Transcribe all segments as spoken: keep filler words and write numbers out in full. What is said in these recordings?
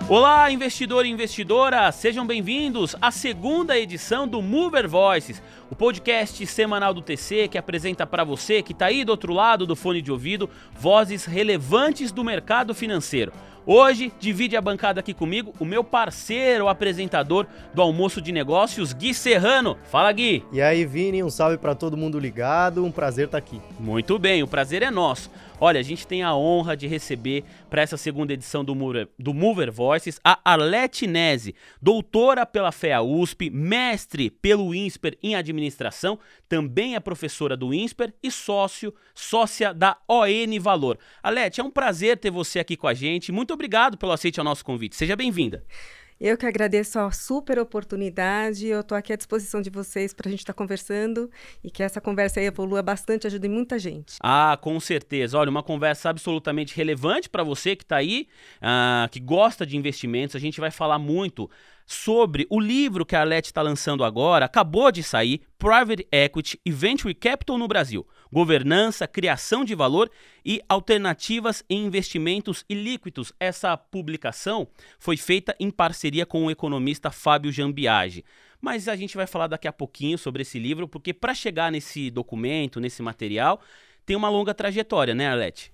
Olá, investidor e investidora! Sejam bem-vindos à segunda edição do Mover Voices, o podcast semanal do T C que apresenta para você que está aí do outro lado do fone de ouvido vozes relevantes do mercado financeiro. Hoje, divide a bancada aqui comigo o meu parceiro, o apresentador do Almoço de Negócios, Gui Serrano. Fala, Gui! E aí, Vini, um salve para todo mundo ligado, um prazer estar aqui. Muito bem, o prazer é nosso. Olha, a gente tem a honra de receber para essa segunda edição do Mover, do Mover Voices a Arlete Nesi, doutora pela F E A U S P, mestre pelo INSPER em administração, também é professora do INSPER e sócio, sócia da O N Valor. Arlete, é um prazer ter você aqui com a gente. Muito obrigado pelo aceite ao nosso convite. Seja bem-vinda. Eu que agradeço a super oportunidade, eu estou aqui à disposição de vocês para a gente estar tá conversando e que essa conversa aí evolua bastante, ajude muita gente. Ah, com certeza. Olha, uma conversa absolutamente relevante para você que está aí, uh, que gosta de investimentos. A gente vai falar muito sobre o livro que a Arlete está lançando agora, acabou de sair, Private Equity e Venture Capital no Brasil. Governança, criação de valor e alternativas em investimentos ilíquidos. Essa publicação foi feita em parceria com o economista Fábio Jambiagi. Mas a gente vai falar daqui a pouquinho sobre esse livro, porque para chegar nesse documento, nesse material, tem uma longa trajetória, né, Arlete?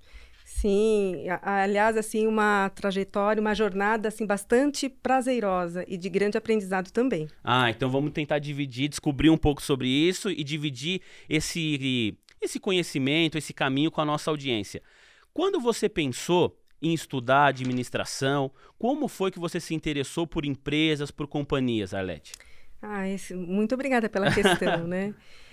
Sim, aliás, assim, uma trajetória, uma jornada assim, bastante prazerosa e de grande aprendizado também. Ah, então vamos tentar dividir, descobrir um pouco sobre isso e dividir esse, esse conhecimento, esse caminho com a nossa audiência. Quando você pensou em estudar administração, como foi que você se interessou por empresas, por companhias, Arlete? Ah, esse, muito obrigada pela questão, né?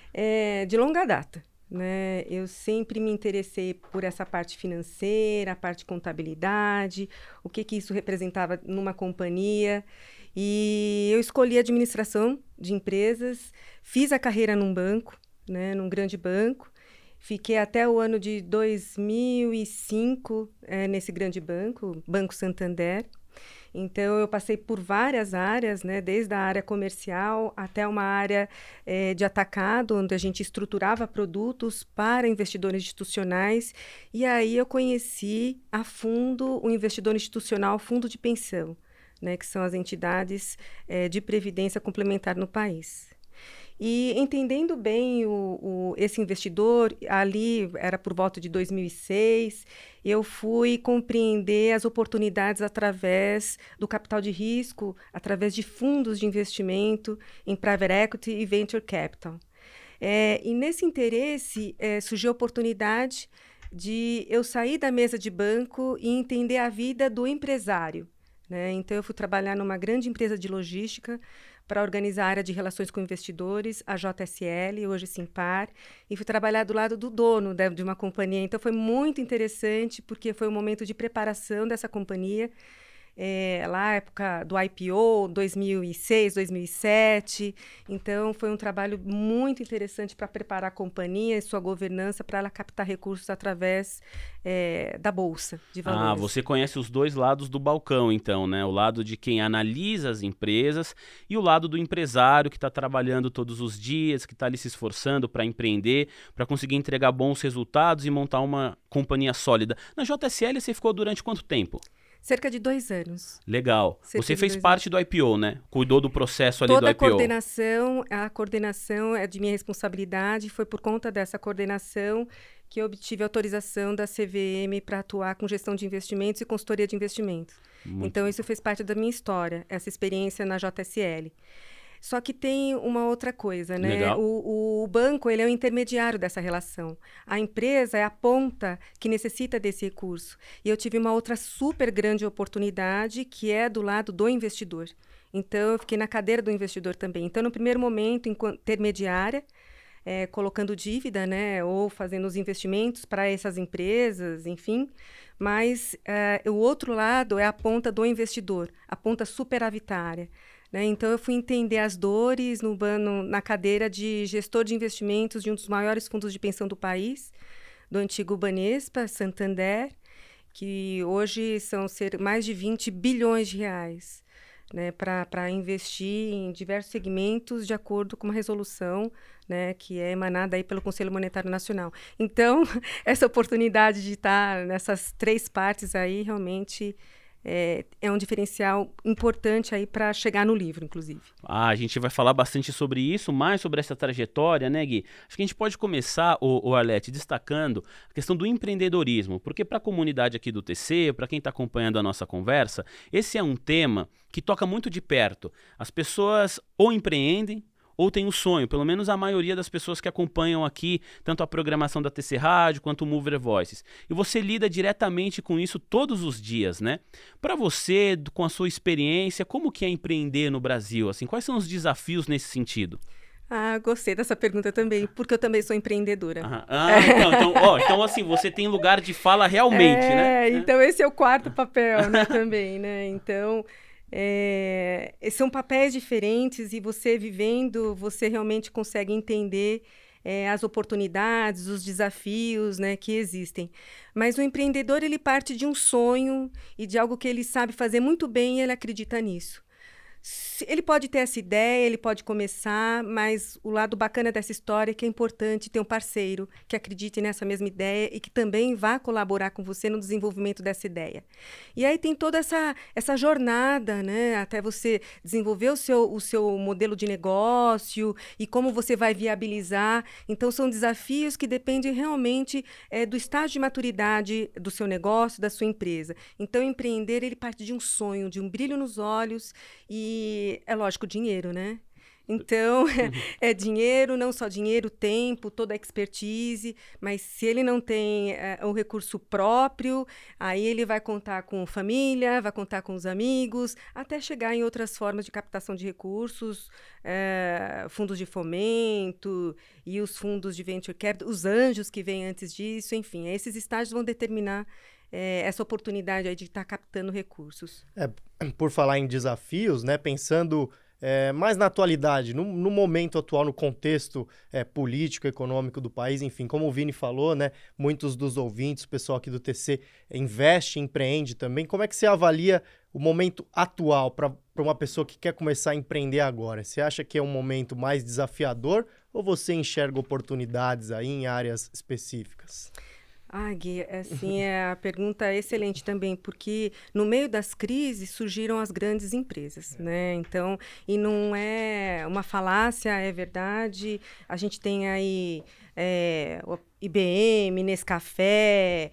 É, de longa data. Né? Eu sempre me interessei por essa parte financeira, a parte de contabilidade, o que, que isso representava numa companhia. E eu escolhi a administração de empresas, fiz a carreira num banco, né, num grande banco. Fiquei até o ano de dois mil e cinco é, nesse grande banco, Banco Santander. Então, eu passei por várias áreas, né, desde a área comercial até uma área eh, de atacado, onde a gente estruturava produtos para investidores institucionais. E aí eu conheci a fundo o investidor institucional, fundo de pensão, né, que são as entidades eh, de previdência complementar no país. E entendendo bem o, o, esse investidor, ali era por volta de dois mil e seis, eu fui compreender as oportunidades através do capital de risco, através de fundos de investimento em private equity e venture capital. É, e nesse interesse é, surgiu a oportunidade de eu sair da mesa de banco e entender a vida do empresário, né? Então, eu fui trabalhar numa grande empresa de logística para organizar a área de relações com investidores, a J S L, hoje Simpar, e fui trabalhar do lado do dono de, de uma companhia. Então, foi muito interessante, porque foi um momento de preparação dessa companhia, é, lá, época do I P O, dois mil e seis, dois mil e sete. Então, foi um trabalho muito interessante para preparar a companhia e sua governança para ela captar recursos através é, da Bolsa de Valores. Ah, você conhece os dois lados do balcão, então, né? O lado de quem analisa as empresas e o lado do empresário que está trabalhando todos os dias, que está ali se esforçando para empreender, para conseguir entregar bons resultados e montar uma companhia sólida. Na J S L, você ficou durante quanto tempo? Cerca de dois anos. Legal. Cerca Você fez parte anos. do I P O, né? Cuidou do processo ali Toda do I P O. Toda a coordenação, a coordenação é de minha responsabilidade. Foi por conta dessa coordenação que eu obtive autorização da C V M para atuar com gestão de investimentos e consultoria de investimentos. Muito então, isso fez parte da minha história, essa experiência na J S L. Só que tem uma outra coisa, né? Legal. O, o banco, ele é o intermediário dessa relação. A empresa é a ponta que necessita desse recurso. E eu tive uma outra super grande oportunidade, que é do lado do investidor. Então, eu fiquei na cadeira do investidor também. Então, no primeiro momento, enquanto intermediária, é, colocando dívida, né? Ou fazendo os investimentos para essas empresas, enfim. Mas é, o outro lado é a ponta do investidor, a ponta superavitária. Né? Então, eu fui entender as dores no, no, na cadeira de gestor de investimentos de um dos maiores fundos de pensão do país, do antigo Banespa, Santander, que hoje são ser mais de vinte bilhões de reais, né, para investir em diversos segmentos de acordo com uma resolução, né, que é emanada aí pelo Conselho Monetário Nacional. Então, essa oportunidade de estar nessas três partes aí realmente é, é um diferencial importante aí para chegar no livro, inclusive. Ah, a gente vai falar bastante sobre isso, mais sobre essa trajetória, né, Gui? Acho que a gente pode começar, o, o Arlete, destacando a questão do empreendedorismo, porque para a comunidade aqui do T C, para quem está acompanhando a nossa conversa, esse é um tema que toca muito de perto. As pessoas ou empreendem, ou tem o sonho, pelo menos a maioria das pessoas que acompanham aqui, tanto a programação da T C Rádio quanto o Mover Voices. E você lida diretamente com isso todos os dias, né? Para você, com a sua experiência, como que é empreender no Brasil? Assim, quais são os desafios nesse sentido? Ah, gostei dessa pergunta também, porque eu também sou empreendedora. Ah, ah então, então, ó, então, assim, você tem lugar de fala realmente, é, né? Então esse é o quarto papel, né, também, né? Então... É, são papéis diferentes e você vivendo, você realmente consegue entender é, as oportunidades, os desafios, né, que existem. Mas o empreendedor, ele parte de um sonho e de algo que ele sabe fazer muito bem e ele acredita nisso. Ele pode ter essa ideia, ele pode começar, mas o lado bacana dessa história é que é importante ter um parceiro que acredite nessa mesma ideia e que também vá colaborar com você no desenvolvimento dessa ideia. E aí tem toda essa, essa jornada, né, até você desenvolver o seu, o seu modelo de negócio e como você vai viabilizar. Então, são desafios que dependem realmente é, do estágio de maturidade do seu negócio, da sua empresa. Então, empreender, ele parte de um sonho, de um brilho nos olhos e E é lógico, dinheiro, né? Então, é, é dinheiro, não só dinheiro, tempo, toda a expertise, mas se ele não tem é, um recurso próprio, aí ele vai contar com família, vai contar com os amigos, até chegar em outras formas de captação de recursos, é, fundos de fomento e os fundos de venture capital, os anjos que vêm antes disso, enfim, esses estágios vão determinar É, essa oportunidade aí de estar tá captando recursos. É, por falar em desafios, né, pensando é, mais na atualidade, no, no momento atual, no contexto é, político, econômico do país, enfim, como o Vini falou, né, muitos dos ouvintes, o pessoal aqui do T C investe, empreende também. Como é que você avalia o momento atual para uma pessoa que quer começar a empreender agora? Você acha que é um momento mais desafiador ou você enxerga oportunidades aí em áreas específicas? Ah, Gui, assim, é a pergunta é excelente também, porque no meio das crises surgiram as grandes empresas, né? Então, e não é uma falácia, é verdade. A gente tem aí é, I B M, Nescafé,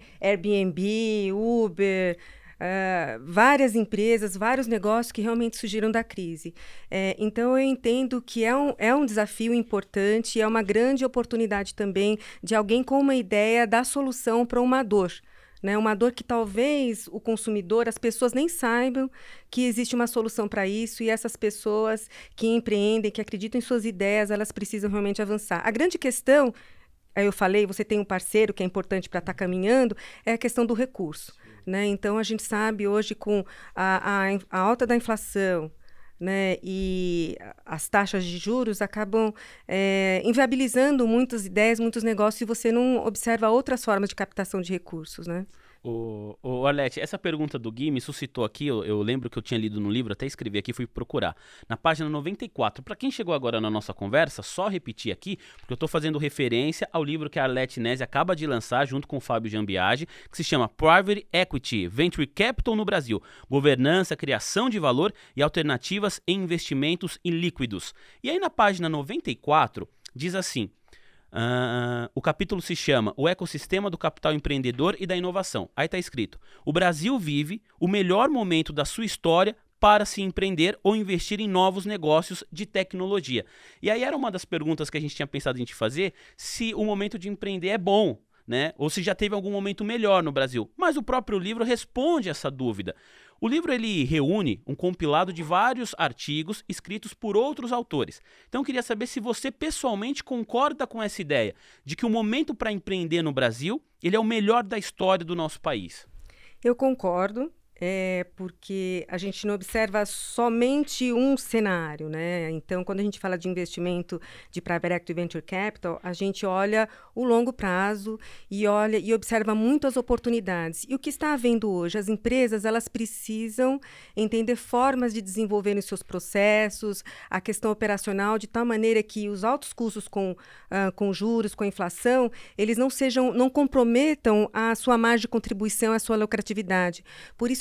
Airbnb, Uber... Uh, várias empresas, vários negócios que realmente surgiram da crise. É, então, eu entendo que é um, é um desafio importante, é uma grande oportunidade também de alguém com uma ideia da solução para uma dor. Né? Uma dor que talvez o consumidor, as pessoas nem saibam que existe uma solução para isso, e essas pessoas que empreendem, que acreditam em suas ideias, elas precisam realmente avançar. A grande questão, aí eu falei, você tem um parceiro que é importante para estar caminhando, é a questão do recurso. Né? Então, a gente sabe hoje com a, a, a alta da inflação, né, e as taxas de juros acabam é, inviabilizando muitas ideias, muitos negócios, e você não observa outras formas de captação de recursos, né? O, o Arlete, essa pergunta do Gui me suscitou aqui, eu, eu lembro que eu tinha lido no livro, até escrevi aqui, fui procurar, na página noventa e quatro. Para quem chegou agora na nossa conversa, só repetir aqui, porque eu estou fazendo referência ao livro que a Arlete Nesi acaba de lançar junto com o Fábio Jambiagi, que se chama Private Equity, Venture Capital no Brasil, Governança, Criação de Valor e Alternativas em Investimentos Ilíquidos. E aí na página noventa e quatro diz assim: Uh, o capítulo se chama O Ecossistema do Capital Empreendedor e da Inovação. Aí está escrito: o Brasil vive o melhor momento da sua história para se empreender ou investir em novos negócios de tecnologia. E aí era uma das perguntas que a gente tinha pensado em te fazer, se o momento de empreender é bom, né? Ou se já teve algum momento melhor no Brasil. Mas o próprio livro responde essa dúvida. O livro ele reúne um compilado de vários artigos escritos por outros autores. Então eu queria saber se você pessoalmente concorda com essa ideia de que o momento para empreender no Brasil ele é o melhor da história do nosso país. Eu concordo. É porque a gente não observa somente um cenário, né? Então, quando a gente fala de investimento de Private Equity Venture Capital, a gente olha o longo prazo e olha e observa muito as oportunidades. E o que está havendo hoje? As empresas, elas precisam entender formas de desenvolver os seus processos, a questão operacional, de tal maneira que os altos custos com, uh, com juros, com a inflação, eles não sejam, não comprometam a sua margem de contribuição, a sua lucratividade. Por isso,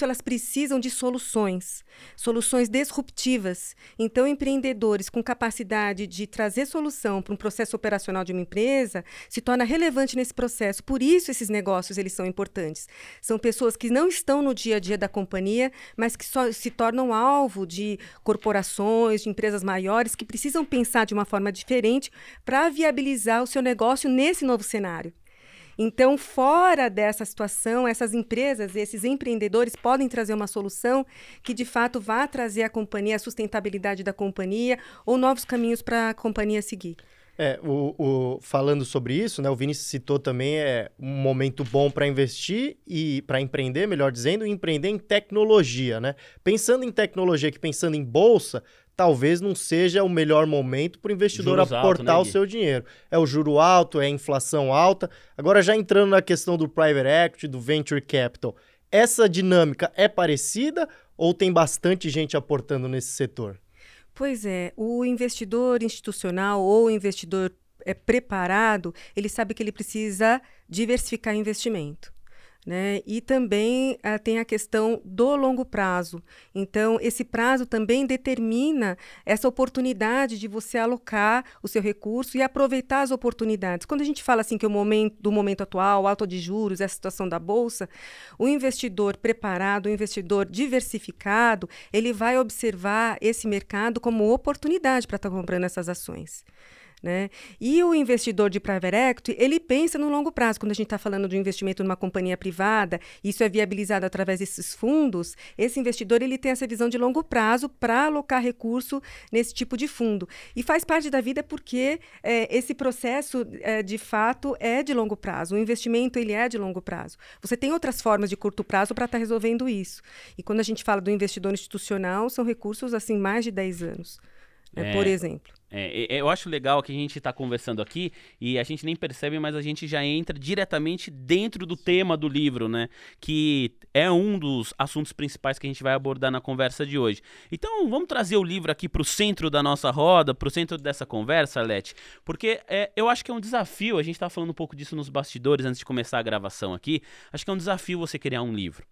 elas precisam de soluções, soluções disruptivas. Então, empreendedores com capacidade de trazer solução para um processo operacional de uma empresa se torna relevante nesse processo. Por isso, esses negócios eles são importantes. São pessoas que não estão no dia a dia da companhia, mas que só se tornam alvo de corporações, de empresas maiores, que precisam pensar de uma forma diferente para viabilizar o seu negócio nesse novo cenário. Então, fora dessa situação, essas empresas, esses empreendedores podem trazer uma solução que, de fato, vá trazer à companhia a sustentabilidade da companhia ou novos caminhos para a companhia seguir. É, o, o, falando sobre isso, né, o Vinícius citou também é, um momento bom para investir e para empreender, melhor dizendo, e empreender em tecnologia, né? Pensando em tecnologia, que pensando em bolsa, talvez não seja o melhor momento para o investidor Juros aportar alto, né, o seu dinheiro. É o juro alto, é a inflação alta. Agora, já entrando na questão do private equity, do venture capital, essa dinâmica é parecida ou tem bastante gente aportando nesse setor? Pois é, o investidor institucional ou o investidor é, preparado, ele sabe que ele precisa diversificar investimento. Né? E também uh, tem a questão do longo prazo. Então, esse prazo também determina essa oportunidade de você alocar o seu recurso e aproveitar as oportunidades. Quando a gente fala assim que o momento, do momento atual, alta de juros, a situação da Bolsa, o investidor preparado, o investidor diversificado, ele vai observar esse mercado como oportunidade para estar comprando essas ações. Né? E o investidor de private equity, ele pensa no longo prazo. Quando a gente está falando de um investimento numa companhia privada, isso é viabilizado através desses fundos, esse investidor ele tem essa visão de longo prazo para alocar recurso nesse tipo de fundo. E faz parte da vida porque é, esse processo, é, de fato, é de longo prazo. O investimento ele é de longo prazo. Você tem outras formas de curto prazo para estar tá resolvendo isso. E quando a gente fala do investidor institucional, são recursos assim mais de dez anos, né, é... por exemplo. É, eu acho legal que a gente está conversando aqui e a gente nem percebe, mas a gente já entra diretamente dentro do tema do livro, né? Que é um dos assuntos principais que a gente vai abordar na conversa de hoje. Então, vamos trazer o livro aqui para o centro da nossa roda, para o centro dessa conversa, Leti, porque é, eu acho que é um desafio, a gente estava falando um pouco disso nos bastidores antes de começar a gravação aqui, acho que é um desafio você criar um livro.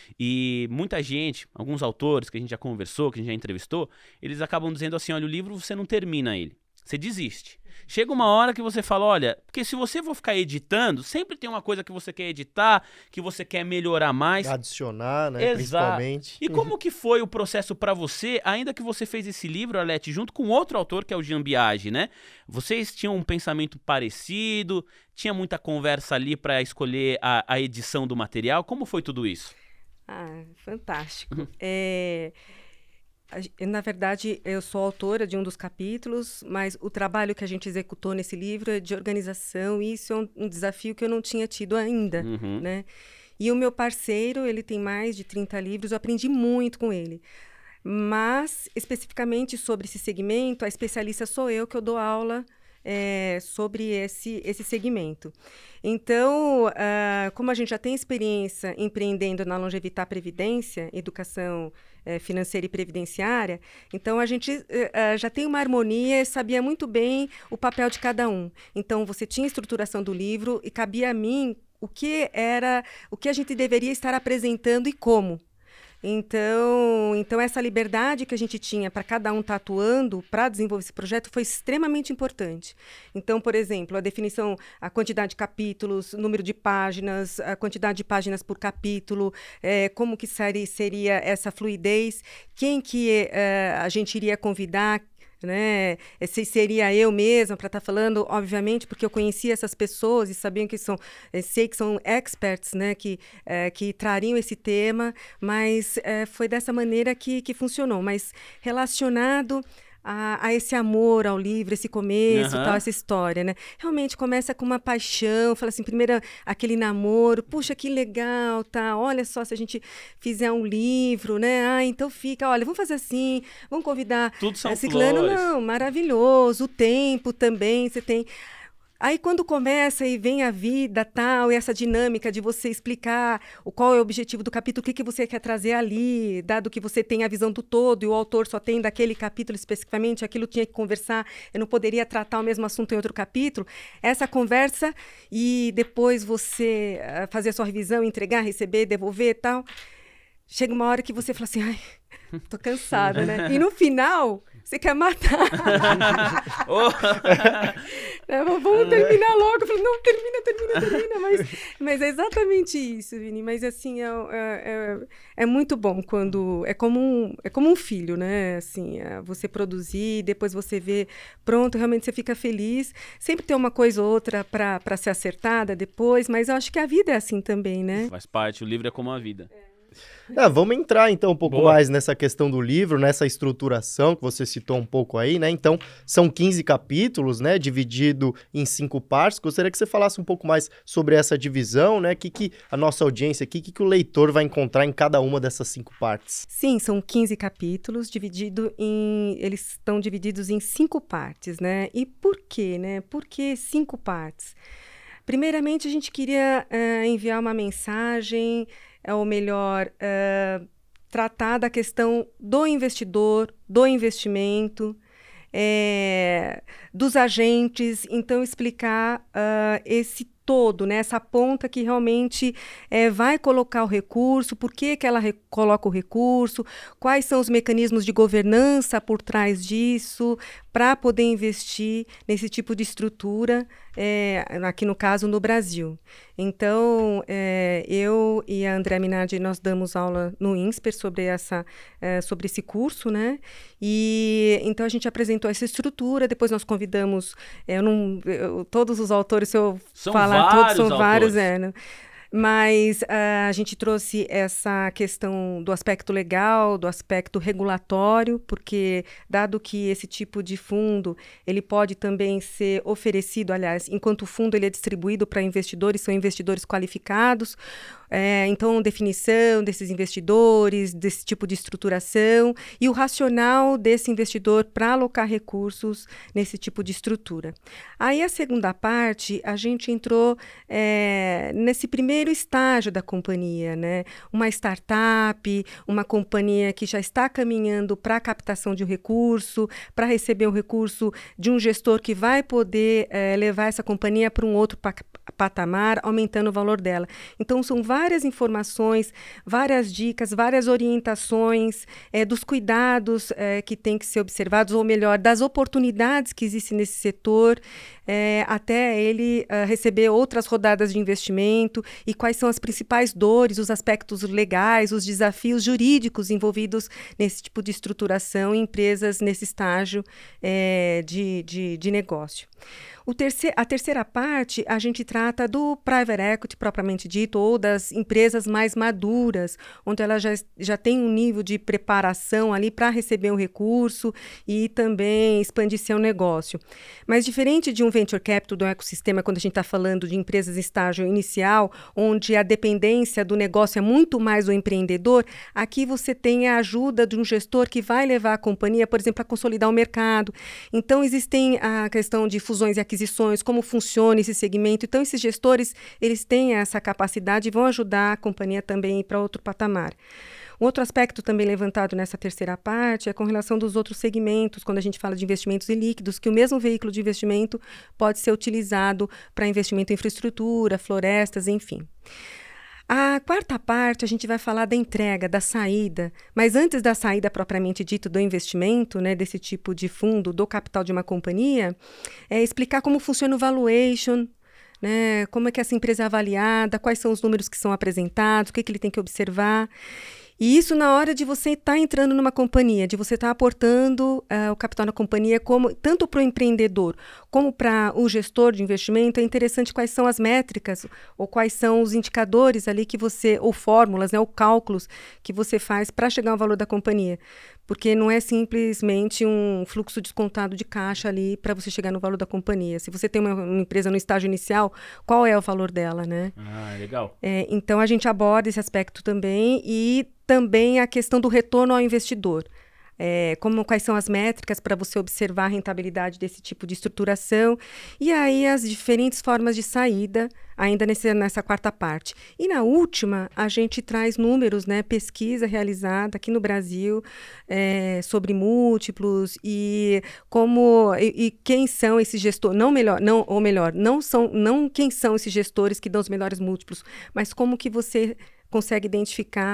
E muita gente, alguns autores que a gente já conversou, que a gente já entrevistou, eles acabam dizendo assim, olha, o livro você não termina ele, você desiste. Chega uma hora que você fala, olha, porque se você for ficar editando, sempre tem uma coisa que você quer editar, que você quer melhorar mais. Adicionar, né, Exato. Principalmente. E como que foi o processo para você, ainda que você fez esse livro, Arlete, junto com outro autor, que é o Jean Biagi, né? Vocês tinham um pensamento parecido, tinha muita conversa ali para escolher a, a edição do material, como foi tudo isso? Ah, fantástico. É, na verdade, eu sou autora de um dos capítulos, mas o trabalho que a gente executou nesse livro é de organização, e isso é um, um desafio que eu não tinha tido ainda, uhum. né? E o meu parceiro, ele tem mais de trinta livros, eu aprendi muito com ele. Mas, especificamente sobre esse segmento, a especialista sou eu, que eu dou aula É, sobre esse, esse segmento. Então, uh, como a gente já tem experiência empreendendo na Longevitar Previdência, educação uh, financeira e previdenciária, então a gente uh, já tem uma harmonia e sabia muito bem o papel de cada um. Então, você tinha a estruturação do livro e cabia a mim o que era, o que a gente deveria estar apresentando e como. Então, então, essa liberdade que a gente tinha para cada um estar atuando para desenvolver esse projeto foi extremamente importante. Então, por exemplo, a definição, a quantidade de capítulos, número de páginas, a quantidade de páginas por capítulo, é, como que seria, seria essa fluidez, quem que é, a gente iria convidar, né? Se seria eu mesma para estar tá falando, obviamente, porque eu conhecia essas pessoas e sabia que são, sei que são experts, né? Que, é, que trariam esse tema, mas é, foi dessa maneira que, que funcionou. Mas relacionado a, a esse amor ao livro, esse começo, uhum. tal, essa história, né? Realmente começa com uma paixão, fala assim, primeiro aquele namoro, puxa, que legal, tá? Olha só, se a gente fizer um livro, né? Ah, então fica, olha, vamos fazer assim, vamos convidar... Tudo são Ciclano, flores. Não, maravilhoso, o tempo também, você tem... Aí, quando começa e vem a vida, tal, e essa dinâmica de você explicar o, qual é o objetivo do capítulo, o que, que você quer trazer ali, dado que você tem a visão do todo e o autor só tem daquele capítulo especificamente, aquilo tinha que conversar, eu não poderia tratar o mesmo assunto em outro capítulo. Essa conversa e depois você uh, fazer a sua revisão, entregar, receber, devolver e tal... chega uma hora que você fala assim, ai, tô cansada, né? E no final, você quer matar. Oh. É, vamos terminar logo. Eu falei, não, termina, termina, termina. Mas, mas é exatamente isso, Vini. Mas, assim, é, é, é muito bom quando... É como um, é como um filho, né? Assim, é você produzir, depois você vê, pronto, realmente você fica feliz. Sempre tem uma coisa ou outra para ser acertada depois, mas eu acho que a vida é assim também, né? Faz parte, o livro é como a vida. É. Ah, vamos entrar então um pouco Boa. mais nessa questão do livro, nessa estruturação que você citou um pouco aí, né? Então, são quinze capítulos, né? Dividido em cinco partes. Gostaria que você falasse um pouco mais sobre essa divisão, né? O que, que a nossa audiência aqui, o que, que o leitor vai encontrar em cada uma dessas cinco partes? Sim, são quinze capítulos, dividido em... Eles estão divididos em cinco partes, né? E por quê, né? Por que cinco partes? Primeiramente, a gente queria uh, enviar uma mensagem... ou melhor, uh, tratar da questão do investidor, do investimento, é, dos agentes, então explicar uh, esse todo, né, essa ponta que realmente é, vai colocar o recurso, por que, que ela re- coloca o recurso, quais são os mecanismos de governança por trás disso, para poder investir nesse tipo de estrutura, é, aqui no caso no Brasil. Então, é, eu e a Andréa Minardi, nós damos aula no INSPER sobre, essa, é, sobre esse curso, né? E então a gente apresentou essa estrutura, depois nós convidamos, é, eu não, eu, todos os autores, se eu São falar todos, são autores. vários, é, né? Mas uh, a gente trouxe essa questão do aspecto legal, do aspecto regulatório, porque dado que esse tipo de fundo, ele pode também ser oferecido, aliás, enquanto o fundo ele é distribuído para investidores, são investidores qualificados, é, então definição desses investidores, desse tipo de estruturação e o racional desse investidor para alocar recursos nesse tipo de estrutura. Aí a segunda parte, a gente entrou é, nesse primeiro estágio da companhia, né? Uma startup, uma companhia que já está caminhando para a captação de um recurso, para receber um recurso de um gestor que vai poder é, levar essa companhia para um outro pa- patamar, aumentando o valor dela. Então, são várias informações, várias dicas, várias orientações é, dos cuidados é, que tem que ser observados, ou melhor, das oportunidades que existem nesse setor, é, até ele uh, receber outras rodadas de investimento e quais são as principais dores, os aspectos legais, os desafios jurídicos envolvidos nesse tipo de estruturação em empresas nesse estágio é, de, de, de negócio. O terceiro, a terceira parte, a gente trata do private equity propriamente dito, ou das empresas mais maduras, onde ela já, já tem um nível de preparação ali para receber um recurso e também expandir seu negócio. Mas diferente de um venture capital, do ecossistema, quando a gente está falando de empresas em estágio inicial, onde a dependência do negócio é muito mais do empreendedor, aqui você tem a ajuda de um gestor que vai levar a companhia, por exemplo, a consolidar o mercado. Então, existem a questão de fusões e aquisições, como funciona esse segmento. Então, esses gestores, eles têm essa capacidade e vão ajudar a companhia também a ir para outro patamar. Um outro aspecto também levantado nessa terceira parte é com relação dos outros segmentos, quando a gente fala de investimentos ilíquidos, que o mesmo veículo de investimento pode ser utilizado para investimento em infraestrutura, florestas, enfim. A quarta parte, a gente vai falar da entrega, da saída, mas antes da saída propriamente dito do investimento, né, desse tipo de fundo, do capital de uma companhia, é explicar como funciona o valuation, né, como é que essa empresa é avaliada, quais são os números que são apresentados, o que, que ele tem que observar. E isso na hora de você estar tá entrando numa companhia, de você estar tá aportando uh, o capital na companhia, como, tanto para o empreendedor como para o gestor de investimento, é interessante quais são as métricas ou quais são os indicadores ali que você, ou fórmulas, né, ou cálculos que você faz para chegar ao valor da companhia. Porque não é simplesmente um fluxo descontado de caixa ali para você chegar no valor da companhia. Se você tem uma, uma empresa no estágio inicial, qual é o valor dela, né? Ah, legal. É, então, a gente aborda esse aspecto também e também a questão do retorno ao investidor. É, como, quais são as métricas para você observar a rentabilidade desse tipo de estruturação e aí as diferentes formas de saída ainda nesse, nessa quarta parte. E na última, a gente traz números, né, pesquisa realizada aqui no Brasil é, sobre múltiplos e como e, e quem são esses gestores, não melhor, não, ou melhor, não são, não quem são esses gestores que dão os melhores múltiplos, mas como que você consegue identificar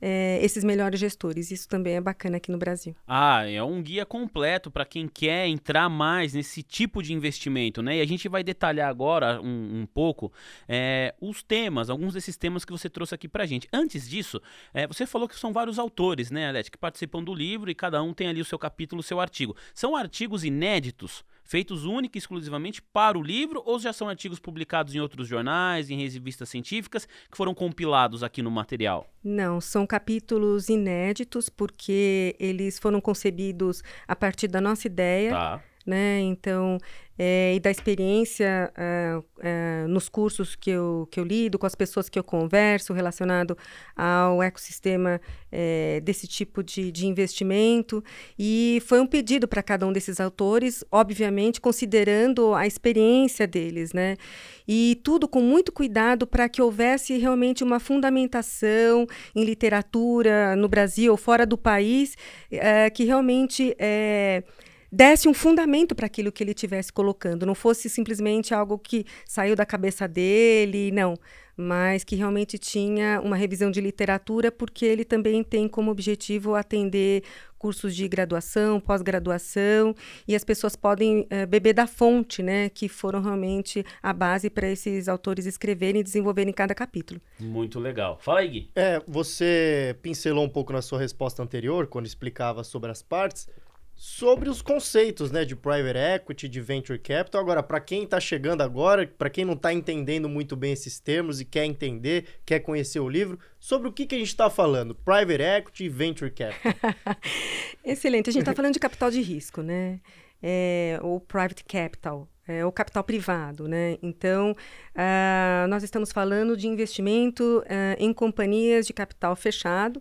é, esses melhores gestores. Isso também é bacana aqui no Brasil. Ah, é um guia completo para quem quer entrar mais nesse tipo de investimento, né? E a gente vai detalhar agora um, um pouco é, os temas, alguns desses temas que você trouxe aqui pra gente. Antes disso, é, você falou que são vários autores, né, Alete, que participam do livro e cada um tem ali o seu capítulo, o seu artigo. São artigos inéditos, feitos única e exclusivamente para o livro, ou já são artigos publicados em outros jornais, em revistas científicas, que foram compilados aqui no material? Não, são capítulos inéditos, porque eles foram concebidos a partir da nossa ideia, Tá. né? Então, é, e da experiência é, é, nos cursos que eu, que eu lido, com as pessoas que eu converso, relacionado ao ecossistema é, desse tipo de, de investimento. E foi um pedido para cada um desses autores, obviamente, considerando a experiência deles, né? E tudo com muito cuidado para que houvesse realmente uma fundamentação em literatura no Brasil ou fora do país, é, que realmente é, desse um fundamento para aquilo que ele estivesse colocando. Não fosse simplesmente algo que saiu da cabeça dele, não. Mas que realmente tinha uma revisão de literatura, porque ele também tem como objetivo atender cursos de graduação, pós-graduação, e as pessoas podem é, beber da fonte, né, que foram realmente a base para esses autores escreverem e desenvolverem cada capítulo. Muito legal. Fala aí, Gui. É, você pincelou um pouco na sua resposta anterior, quando explicava sobre as partes, sobre os conceitos, né, de private equity, de venture capital. Agora, para quem está chegando agora, para quem não está entendendo muito bem esses termos e quer entender, quer conhecer o livro, sobre o que, que a gente está falando? Private equity e venture capital. Excelente. A gente está falando de capital de risco, né? É, ou private capital, é, ou capital privado, né? Então, uh, nós estamos falando de investimento uh, em companhias de capital fechado,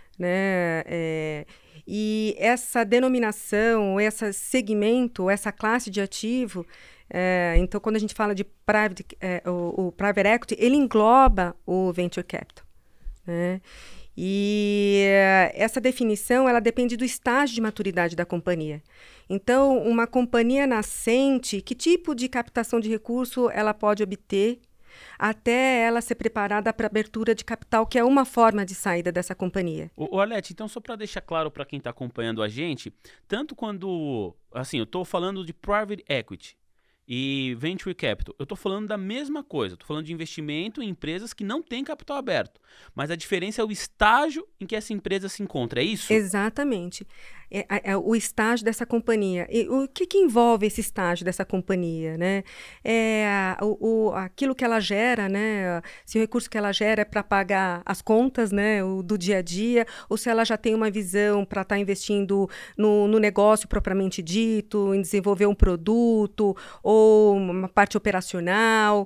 né? É, e essa denominação, esse segmento, essa classe de ativo, é, então, quando a gente fala de private, é, o, o private equity, ele engloba o venture capital, né? E é, essa definição, ela depende do estágio de maturidade da companhia. Então, uma companhia nascente, que tipo de captação de recurso ela pode obter até ela ser preparada para abertura de capital, que é uma forma de saída dessa companhia. O, o Alete, então só para deixar claro para quem está acompanhando a gente, tanto quando, assim, eu estou falando de private equity e venture capital, eu estou falando da mesma coisa, estou falando de investimento em empresas que não têm capital aberto, mas a diferença é o estágio em que essa empresa se encontra, é isso? Exatamente. É, é, é o estágio dessa companhia. E o que, que envolve esse estágio dessa companhia, né? É o, o, aquilo que ela gera, né? Se o recurso que ela gera é para pagar as contas, né? O, do dia a dia, ou se ela já tem uma visão para estar tá investindo no, no negócio propriamente dito, em desenvolver um produto, ou uma parte operacional.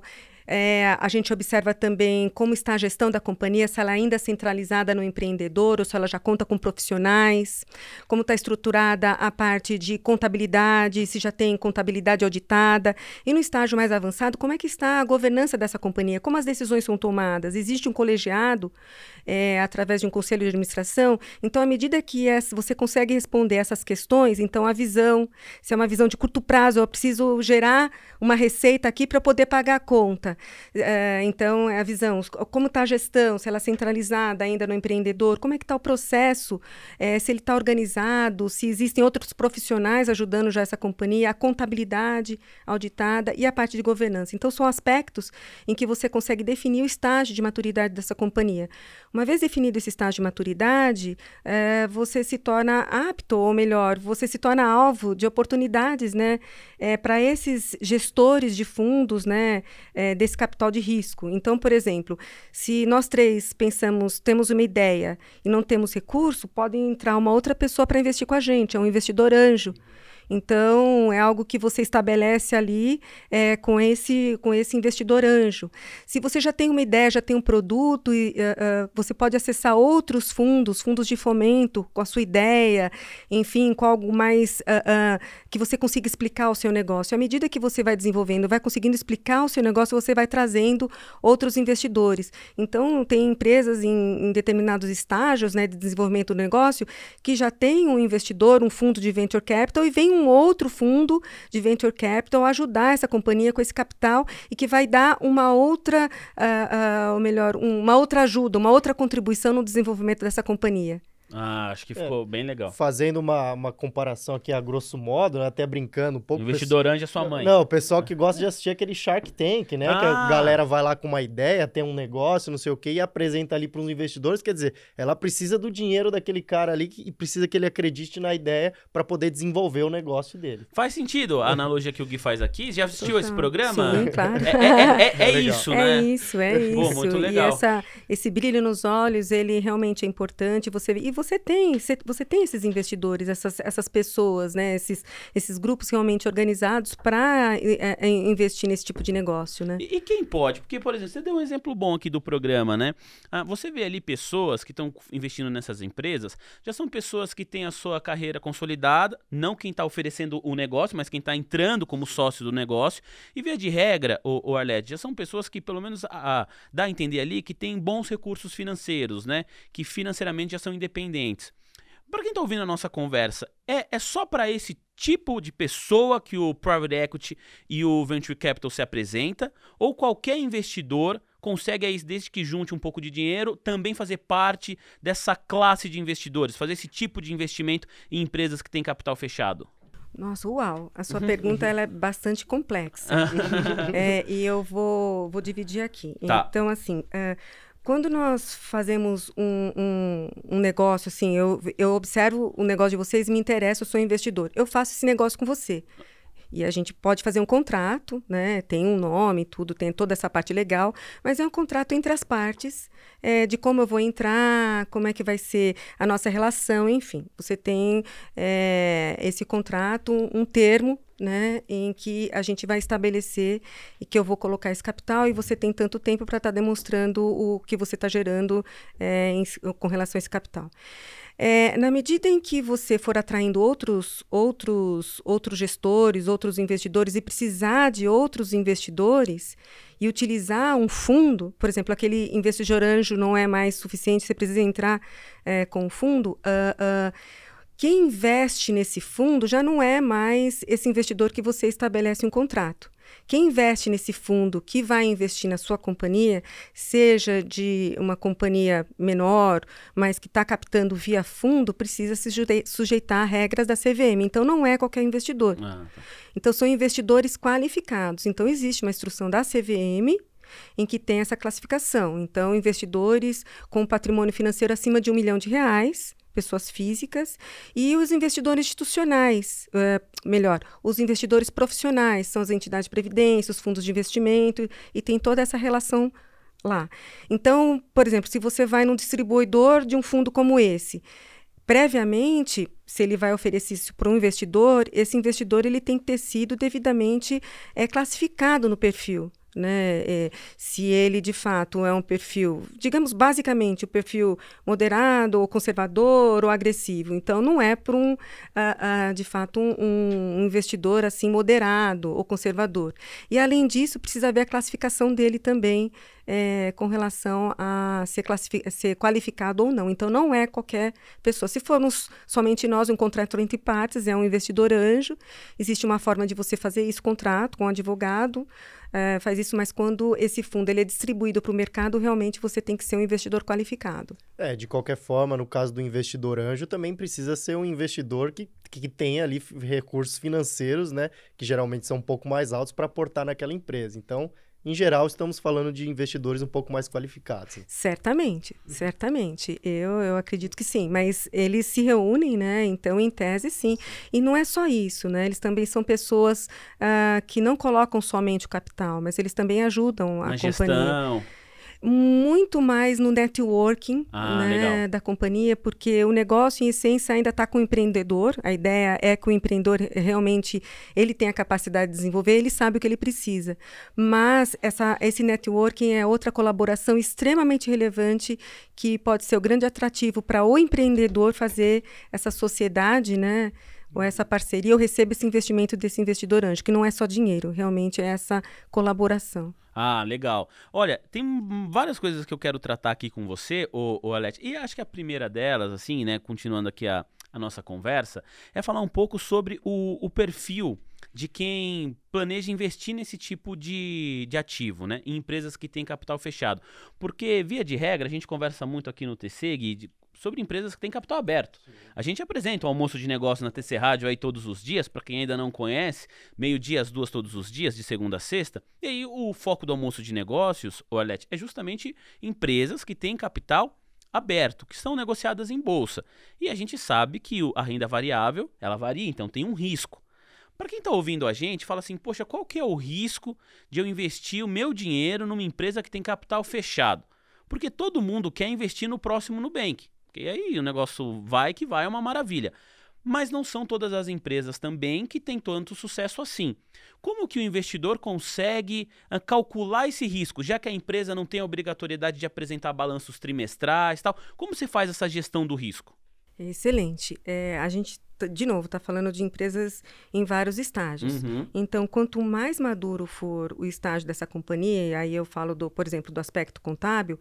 É, a gente observa também como está a gestão da companhia, se ela ainda é centralizada no empreendedor ou se ela já conta com profissionais, como está estruturada a parte de contabilidade, se já tem contabilidade auditada. E no estágio mais avançado, como é que está a governança dessa companhia, como as decisões são tomadas, existe um colegiado é, através de um conselho de administração. Então, à medida que essa, você consegue responder essas questões, então a visão, se é uma visão de curto prazo, eu preciso gerar uma receita aqui para poder pagar a conta. Uh, então, é a visão, como está a gestão, se ela é centralizada ainda no empreendedor, como é que está o processo, é, se ele está organizado, se existem outros profissionais ajudando já essa companhia, a contabilidade auditada e a parte de governança. Então, são aspectos em que você consegue definir o estágio de maturidade dessa companhia. Uma vez definido esse estágio de maturidade, é, você se torna apto, ou melhor, você se torna alvo de oportunidades, né, é, para esses gestores de fundos, né, é, desse capital de risco. Então, por exemplo, se nós três pensamos, temos uma ideia e não temos recurso, pode entrar uma outra pessoa para investir com a gente, é um investidor anjo. Então, é algo que você estabelece ali é, com, esse, com esse investidor anjo. Se você já tem uma ideia, já tem um produto, e, uh, uh, você pode acessar outros fundos, fundos de fomento com a sua ideia, enfim, com algo mais uh, uh, que você consiga explicar o seu negócio. À medida que você vai desenvolvendo, vai conseguindo explicar o seu negócio, você vai trazendo outros investidores. Então, tem empresas em, em determinados estágios, né, de desenvolvimento do negócio que já tem um investidor, um fundo de venture capital, e vem um outro fundo de venture capital ajudar essa companhia com esse capital e que vai dar uma outra, uh, uh, ou melhor, uma outra ajuda, uma outra contribuição no desenvolvimento dessa companhia. Ah, acho que ficou é, bem legal. Fazendo uma, uma comparação aqui a grosso modo, né, até brincando um pouco... O investidor anjo é sua mãe. Não, o pessoal que gosta de assistir aquele Shark Tank, né? Ah. Que a galera vai lá com uma ideia, tem um negócio, não sei o quê, e apresenta ali para os investidores. Quer dizer, ela precisa do dinheiro daquele cara ali e precisa que ele acredite na ideia para poder desenvolver o negócio dele. Faz sentido a analogia que o Gui faz aqui? Já assistiu esse programa? Sim, claro. É, é, é, é, é isso, é né? É isso, é isso. Pô, muito legal. E essa, esse brilho nos olhos, ele realmente é importante. Você, e você tem... Você, você tem esses investidores, essas, essas pessoas, né? esses, esses grupos realmente organizados para é, é, investir nesse tipo de negócio, né? E, e quem pode? Porque, por exemplo, você deu um exemplo bom aqui do programa, né? Ah, você vê ali pessoas que estão investindo nessas empresas, já são pessoas que têm a sua carreira consolidada, não quem está oferecendo o negócio, mas quem está entrando como sócio do negócio. E via de regra, o, o Arlete, já são pessoas que, pelo menos, a, a, dá a entender ali que têm bons recursos financeiros, né? Que financeiramente já são independentes. Para quem está ouvindo a nossa conversa, é, é só para esse tipo de pessoa que o Private Equity e o Venture Capital se apresenta? Ou qualquer investidor consegue, aí, desde que junte um pouco de dinheiro, também fazer parte dessa classe de investidores, fazer esse tipo de investimento em empresas que têm capital fechado? Nossa, uau! A sua pergunta ela é bastante complexa. é, e eu vou, vou dividir aqui. Tá. Então, assim... Uh, Quando nós fazemos um, um, um negócio, assim, eu, eu observo o negócio de vocês e me interessa, eu sou investidor. Eu faço esse negócio com você. E a gente pode fazer um contrato, né? Tem um nome, tudo, tem toda essa parte legal, mas é um contrato entre as partes, é, de como eu vou entrar, como é que vai ser a nossa relação, enfim. Você tem é, esse contrato, um termo, né, em que a gente vai estabelecer e que eu vou colocar esse capital e você tem tanto tempo para estar tá demonstrando o que você está gerando é, em, com relação a esse capital. É, na medida em que você for atraindo outros, outros, outros gestores, outros investidores e precisar de outros investidores e utilizar um fundo, por exemplo, aquele investidor anjo não é mais suficiente, você precisa entrar é, com o fundo, uh, uh, quem investe nesse fundo já não é mais esse investidor que você estabelece um contrato. Quem investe nesse fundo, que vai investir na sua companhia, seja de uma companhia menor, mas que está captando via fundo, precisa se sujeitar a regras da C V M. Então, não é qualquer investidor. Ah, tá. Então, são investidores qualificados. Então, existe uma instrução da C V M em que tem essa classificação. Então, investidores com patrimônio financeiro acima de um milhão de reais, pessoas físicas, e os investidores institucionais, uh, melhor, os investidores profissionais, são as entidades de previdência, os fundos de investimento, e tem toda essa relação lá. Então, por exemplo, se você vai num distribuidor de um fundo como esse, previamente, se ele vai oferecer isso para um investidor, esse investidor ele tem que ter sido devidamente é, classificado no perfil. Né? É, se ele, de fato, é um perfil, digamos, basicamente, o perfil moderado, ou conservador, ou agressivo. Então, não é para, um, uh, uh, de fato, um, um investidor assim moderado ou conservador. E, além disso, precisa ver a classificação dele também é, com relação a ser, ser qualificado ou não. Então, não é qualquer pessoa. Se formos somente nós, um contrato entre partes, é um investidor anjo. Existe uma forma de você fazer isso, contrato com um advogado, é, faz isso, mas quando esse fundo ele é distribuído para o mercado, realmente você tem que ser um investidor qualificado. É, de qualquer forma, no caso do investidor anjo, também precisa ser um investidor que, que tenha ali recursos financeiros, né, que geralmente são um pouco mais altos para aportar naquela empresa. Então, em geral, estamos falando de investidores um pouco mais qualificados. Certamente, certamente. Eu, eu acredito que sim, mas eles se reúnem, né? Então, em tese, sim. E não é só isso, né? Eles também são pessoas uh, que não colocam somente o capital, mas eles também ajudam a Na companhia. Gestão. Muito mais no networking ah, né, da companhia, porque o negócio, em essência, ainda está com o empreendedor. A ideia é que o empreendedor realmente ele tem a capacidade de desenvolver, ele sabe o que ele precisa. Mas essa, esse networking é outra colaboração extremamente relevante que pode ser o grande atrativo para o empreendedor fazer essa sociedade, né? Ou essa parceria, eu recebo esse investimento desse investidor anjo, que não é só dinheiro, realmente é essa colaboração. Ah, legal. Olha, tem várias coisas que eu quero tratar aqui com você, ô, ô Alete, e acho que a primeira delas, assim, né, continuando aqui a, a nossa conversa é falar um pouco sobre o, o perfil de quem planeja investir nesse tipo de, de ativo, né? Em empresas que têm capital fechado. Porque, via de regra, a gente conversa muito aqui no T C, Gui, de, sobre empresas que têm capital aberto. Sim. A gente apresenta o almoço de negócio na T C Rádio aí todos os dias, para quem ainda não conhece, meio-dia às duas todos os dias, de segunda a sexta. E aí o foco do almoço de negócios, o Arlete, é justamente empresas que têm capital aberto, que são negociadas em bolsa. E a gente sabe que a renda variável, ela varia, então tem um risco. Para quem está ouvindo a gente, fala assim, poxa, qual que é o risco de eu investir o meu dinheiro numa empresa que tem capital fechado? Porque todo mundo quer investir no próximo Nubank. Porque aí o negócio vai que vai, é uma maravilha. Mas não são todas as empresas também que têm tanto sucesso assim. Como que o investidor consegue uh, calcular esse risco, já que a empresa não tem a obrigatoriedade de apresentar balanços trimestrais e tal? Como se faz essa gestão do risco? Excelente. É, a gente, de novo, está falando de empresas em vários estágios. Uhum. Então, quanto mais maduro for o estágio dessa companhia, e aí eu falo, do, por exemplo, do aspecto contábil,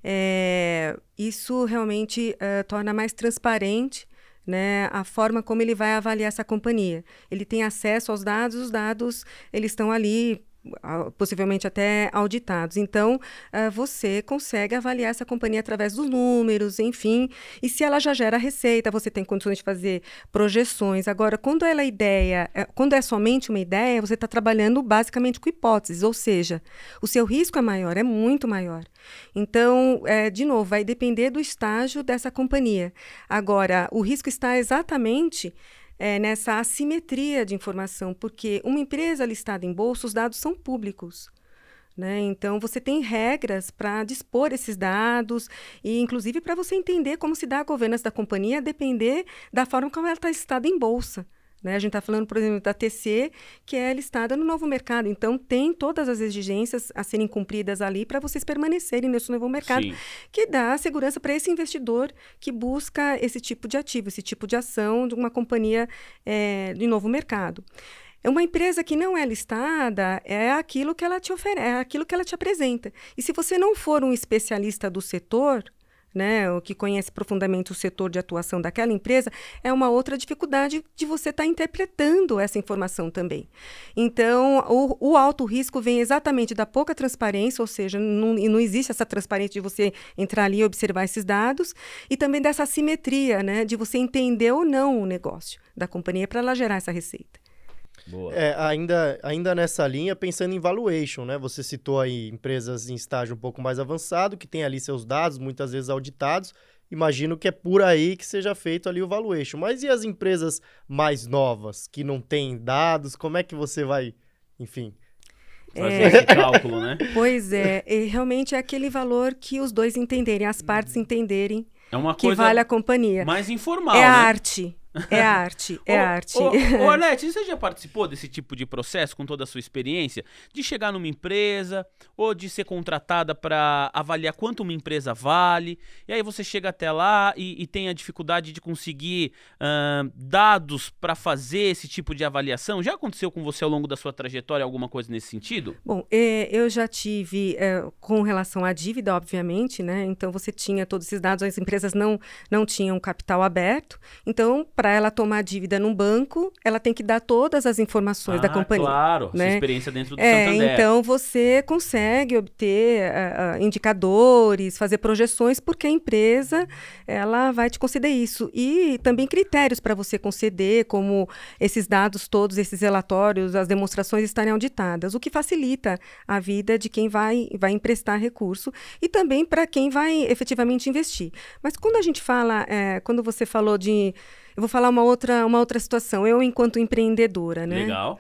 é, isso realmente é, torna mais transparente, né, a forma como ele vai avaliar essa companhia. Ele tem acesso aos dados, os dados eles estão ali, possivelmente até auditados. Então, uh, você consegue avaliar essa companhia através dos números, enfim, e se ela já gera receita, você tem condições de fazer projeções. Agora, quando ela é ideia, quando é somente uma ideia, você está trabalhando basicamente com hipóteses, ou seja, o seu risco é maior, é muito maior. Então, é, de novo, vai depender do estágio dessa companhia. Agora, o risco está exatamente É, nessa assimetria de informação, porque uma empresa listada em bolsa, os dados são públicos, né? Então, você tem regras para dispor esses dados e, inclusive, para você entender como se dá a governança da companhia, a depender da forma como ela está listada em bolsa. Né? A gente está falando, por exemplo, da T C, que é listada no novo mercado. Então, tem todas as exigências a serem cumpridas ali para vocês permanecerem nesse novo mercado, Sim. que dá segurança para esse investidor que busca esse tipo de ativo, esse tipo de ação de uma companhia é, de novo mercado. Uma empresa que não é listada é aquilo que ela te oferece, é aquilo que ela te apresenta. E se você não for um especialista do setor, né, o que conhece profundamente o setor de atuação daquela empresa, é uma outra dificuldade de você estar tá interpretando essa informação também. Então, o, o alto risco vem exatamente da pouca transparência, ou seja, não, não existe essa transparência de você entrar ali e observar esses dados, e também dessa assimetria, né, de você entender ou não o negócio da companhia para ela gerar essa receita. Boa. É, ainda, ainda nessa linha, pensando em valuation, né? Você citou aí empresas em estágio um pouco mais avançado, que tem ali seus dados, muitas vezes auditados. Imagino que é por aí que seja feito ali o valuation. Mas e as empresas mais novas, que não têm dados? Como é que você vai, enfim... fazer é... esse cálculo, né? Pois é, e realmente é aquele valor que os dois entenderem, as partes entenderem é uma que coisa vale a companhia. Mais informal, é né? a arte. É arte, é ô, arte. Ô, ô, Arlete, você já participou desse tipo de processo com toda a sua experiência? De chegar numa empresa ou de ser contratada para avaliar quanto uma empresa vale, e aí você chega até lá e, e tem a dificuldade de conseguir uh, dados para fazer esse tipo de avaliação? Já aconteceu com você ao longo da sua trajetória alguma coisa nesse sentido? Bom, é, eu já tive, é, com relação à dívida, obviamente, né? Então você tinha todos esses dados, as empresas não, não tinham capital aberto, então para ela tomar dívida num banco, ela tem que dar todas as informações ah, da companhia. Claro, né? Sua experiência dentro do é, Santander. Então, você consegue obter uh, uh, indicadores, fazer projeções, porque a empresa ela vai te conceder isso. E também critérios para você conceder, como esses dados todos, esses relatórios, as demonstrações estarem auditadas, o que facilita a vida de quem vai, vai emprestar recurso e também para quem vai efetivamente investir. Mas quando a gente fala, é, quando você falou de... Eu vou falar uma outra, uma outra situação. Eu, enquanto empreendedora, né? Legal.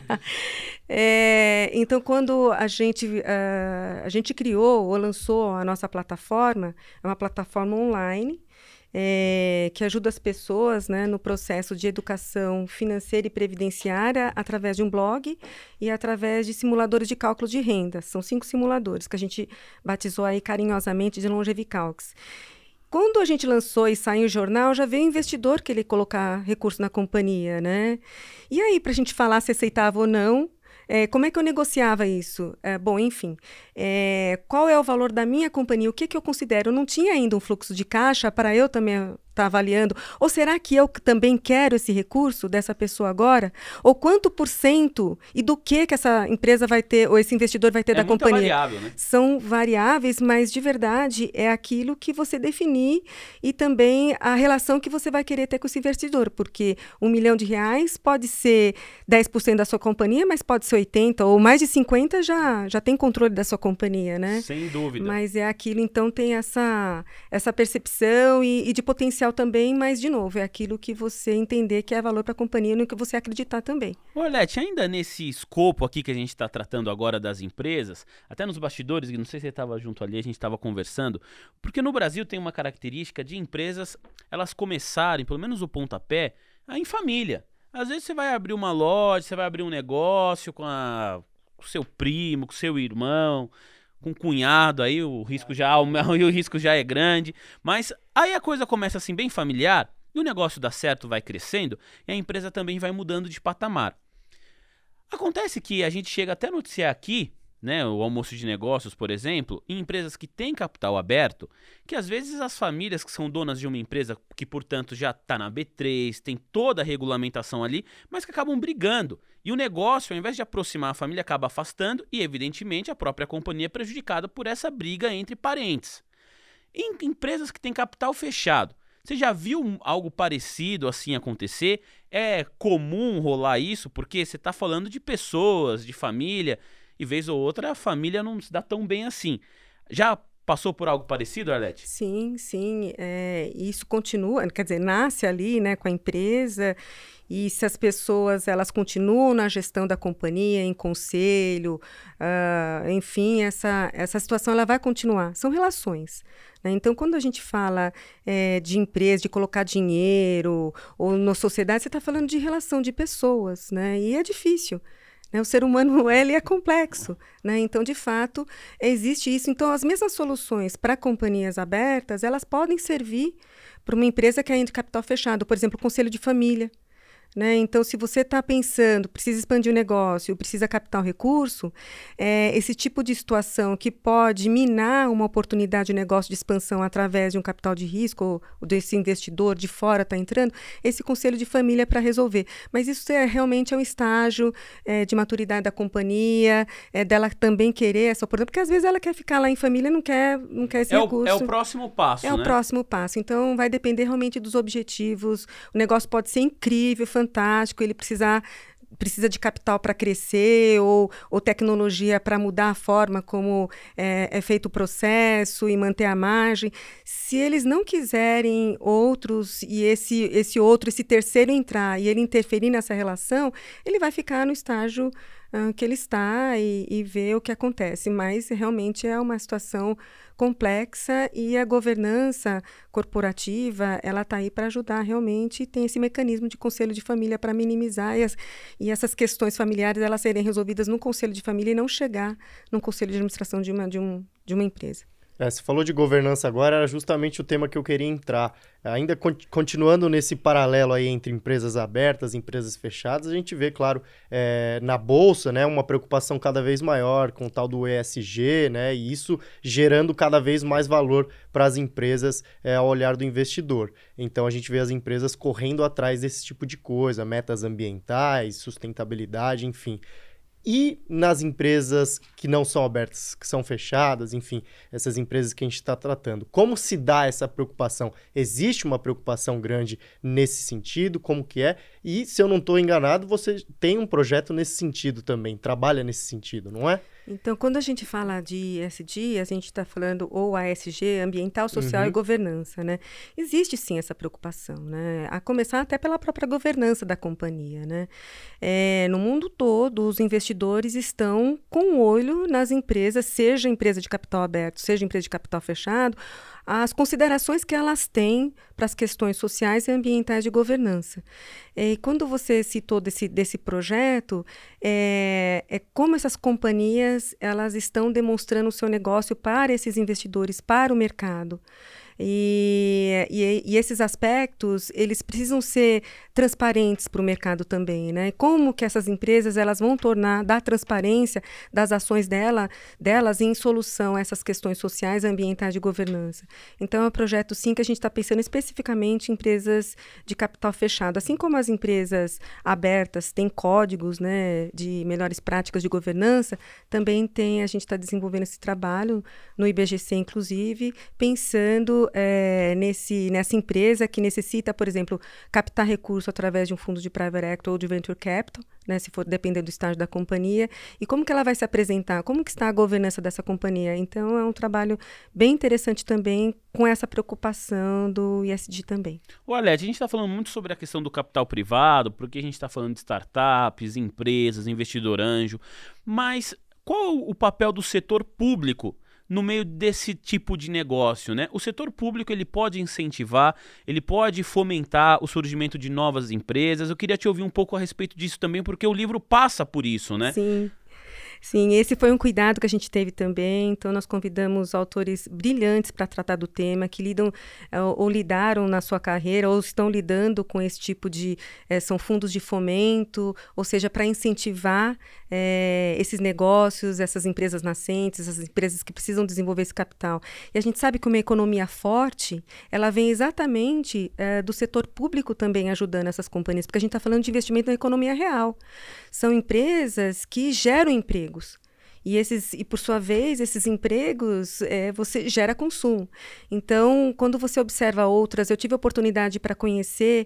é, então, quando a gente, uh, a gente criou ou lançou a nossa plataforma, é uma plataforma online é, que ajuda as pessoas, né, no processo de educação financeira e previdenciária através de um blog e através de simuladores de cálculo de renda. São cinco simuladores que a gente batizou aí carinhosamente de Longevicalcs. Quando a gente lançou e saiu o jornal, já veio o investidor que ele colocar recurso na companhia, né? E aí, para a gente falar se aceitava ou não, é, como é que eu negociava isso? É, bom, enfim, é, qual é o valor da minha companhia? O que, que eu considero? Eu não tinha ainda um fluxo de caixa para eu também está avaliando? Ou será que eu também quero esse recurso dessa pessoa agora? Ou quanto por cento e do que que essa empresa vai ter, ou esse investidor vai ter é da muita companhia? Variável, né? São variáveis, mas de verdade é aquilo que você definir e também a relação que você vai querer ter com esse investidor, porque um milhão de reais pode ser dez por cento da sua companhia, mas pode ser oitenta ou mais de cinquenta já, já tem controle da sua companhia, né? Sem dúvida. Mas é aquilo, então tem essa, essa percepção e, e de potencial também, mas de novo, é aquilo que você entender que é valor para a companhia e no que você acreditar também. Ô, Arlete, ainda nesse escopo aqui que a gente está tratando agora das empresas, até nos bastidores, não sei se você estava junto ali, a gente estava conversando, porque no Brasil tem uma característica de empresas, elas começarem, pelo menos o pontapé, em família. Às vezes você vai abrir uma loja, você vai abrir um negócio com, a, com o seu primo, com o seu irmão, com o cunhado, aí o risco já, o, o risco já é grande, mas aí a coisa começa assim bem familiar, e o negócio dá certo, vai crescendo, e a empresa também vai mudando de patamar. Acontece que a gente chega até a noticiar aqui, né, o almoço de negócios, por exemplo, em empresas que têm capital aberto, que às vezes as famílias que são donas de uma empresa, que portanto já está na B três, tem toda a regulamentação ali, mas que acabam brigando. E o negócio, ao invés de aproximar, a família acaba afastando e, evidentemente, a própria companhia é prejudicada por essa briga entre parentes. Em empresas que têm capital fechado, você já viu algo parecido assim acontecer? É comum rolar isso? Porque você está falando de pessoas, de família, e vez ou outra a família não se dá tão bem assim. Já passou por algo parecido, Arlete? Sim, sim. É, isso continua, quer dizer, nasce ali, né, com a empresa, e se as pessoas elas continuam na gestão da companhia, em conselho, uh, enfim, essa, essa situação ela vai continuar. São relações. Né? Então, quando a gente fala é, de empresa, de colocar dinheiro, ou na sociedade, você está falando de relação de pessoas, né? E é difícil. Né? O ser humano ele é complexo, né? Então, de fato, existe isso. Então, as mesmas soluções para companhias abertas, elas podem servir para uma empresa que é de capital fechado, por exemplo, o conselho de família. Né? Então, se você está pensando, precisa expandir o negócio, precisa captar um recurso, é, esse tipo de situação que pode minar uma oportunidade de negócio de expansão através de um capital de risco, ou, ou desse investidor de fora está entrando, esse conselho de família é para resolver. Mas isso é realmente é um estágio é, de maturidade da companhia, é, dela também querer essa oportunidade, porque às vezes ela quer ficar lá em família e não quer, não quer esse é recurso. O, é o próximo passo, É né? o próximo passo. Então, vai depender realmente dos objetivos. O negócio pode ser incrível, fantástico, ele precisar, precisa de capital para crescer ou, ou tecnologia para mudar a forma como é, é feito o processo e manter a margem. Se eles não quiserem outros e esse, esse outro, esse terceiro entrar e ele interferir nessa relação, ele vai ficar no estágio uh, que ele está e, e ver o que acontece. Mas realmente é uma situação complexa e a governança corporativa, ela está aí para ajudar realmente, e tem esse mecanismo de conselho de família para minimizar e, as, e essas questões familiares elas serem resolvidas no conselho de família e não chegar no conselho de administração de uma, de um, de uma empresa. É, você falou de governança agora, era justamente o tema que eu queria entrar. Ainda con- continuando nesse paralelo aí entre empresas abertas e empresas fechadas, a gente vê, claro, é, na Bolsa, né, uma preocupação cada vez maior com o tal do E S G, né, e isso gerando cada vez mais valor para as empresas é, ao olhar do investidor. Então, a gente vê as empresas correndo atrás desse tipo de coisa, metas ambientais, sustentabilidade, enfim. E nas empresas que não são abertas, que são fechadas, enfim, essas empresas que a gente está tratando. Como se dá essa preocupação? Existe uma preocupação grande nesse sentido? Como que é? E, se eu não estou enganado, você tem um projeto nesse sentido também, trabalha nesse sentido, não é? Então, quando a gente fala de E S G, a gente está falando ou A S G, ambiental, social Uhum. e governança, né? Existe sim essa preocupação, né? A começar até pela própria governança da companhia, né? É, no mundo todo, os investidores estão com o olho nas empresas, seja empresa de capital aberto, seja empresa de capital fechado, as considerações que elas têm para as questões sociais e ambientais de governança. E quando você citou desse, desse projeto, é, é como essas companhias elas estão demonstrando o seu negócio para esses investidores, para o mercado. E, e, e esses aspectos, eles precisam ser transparentes para o mercado também, né? Como que essas empresas elas vão tornar, dar transparência das ações dela, delas em solução a essas questões sociais, ambientais e de governança. Então, é um projeto, sim, que a gente está pensando especificamente em empresas de capital fechado. Assim como as empresas abertas têm códigos, né, de melhores práticas de governança, também tem, a gente está desenvolvendo esse trabalho no I B G C, inclusive, pensando é, nesse, nessa empresa que necessita, por exemplo, captar recurso através de um fundo de private equity ou de venture capital, né, se for dependendo do estágio da companhia, e como que ela vai se apresentar, como que está a governança dessa companhia. Então, é um trabalho bem interessante também, com essa preocupação do E S G também. O Arlete, a gente está falando muito sobre a questão do capital privado, porque a gente está falando de startups, empresas, investidor anjo, mas qual o papel do setor público no meio desse tipo de negócio, né? O setor público, ele pode incentivar, ele pode fomentar o surgimento de novas empresas. Eu queria te ouvir um pouco a respeito disso também, porque o livro passa por isso, né? Sim. Sim, esse foi um cuidado que a gente teve também. Então, nós convidamos autores brilhantes para tratar do tema, que lidam ou, ou lidaram na sua carreira, ou estão lidando com esse tipo de... É, são fundos de fomento, ou seja, para incentivar é, esses negócios, essas empresas nascentes, essas empresas que precisam desenvolver esse capital. E a gente sabe que uma economia forte, ela vem exatamente é, do setor público também ajudando essas companhias, porque a gente está falando de investimento na economia real. São empresas que geram emprego. E, esses, e, por sua vez, esses empregos, é, você gera consumo. Então, quando você observa outras, eu tive a oportunidade para conhecer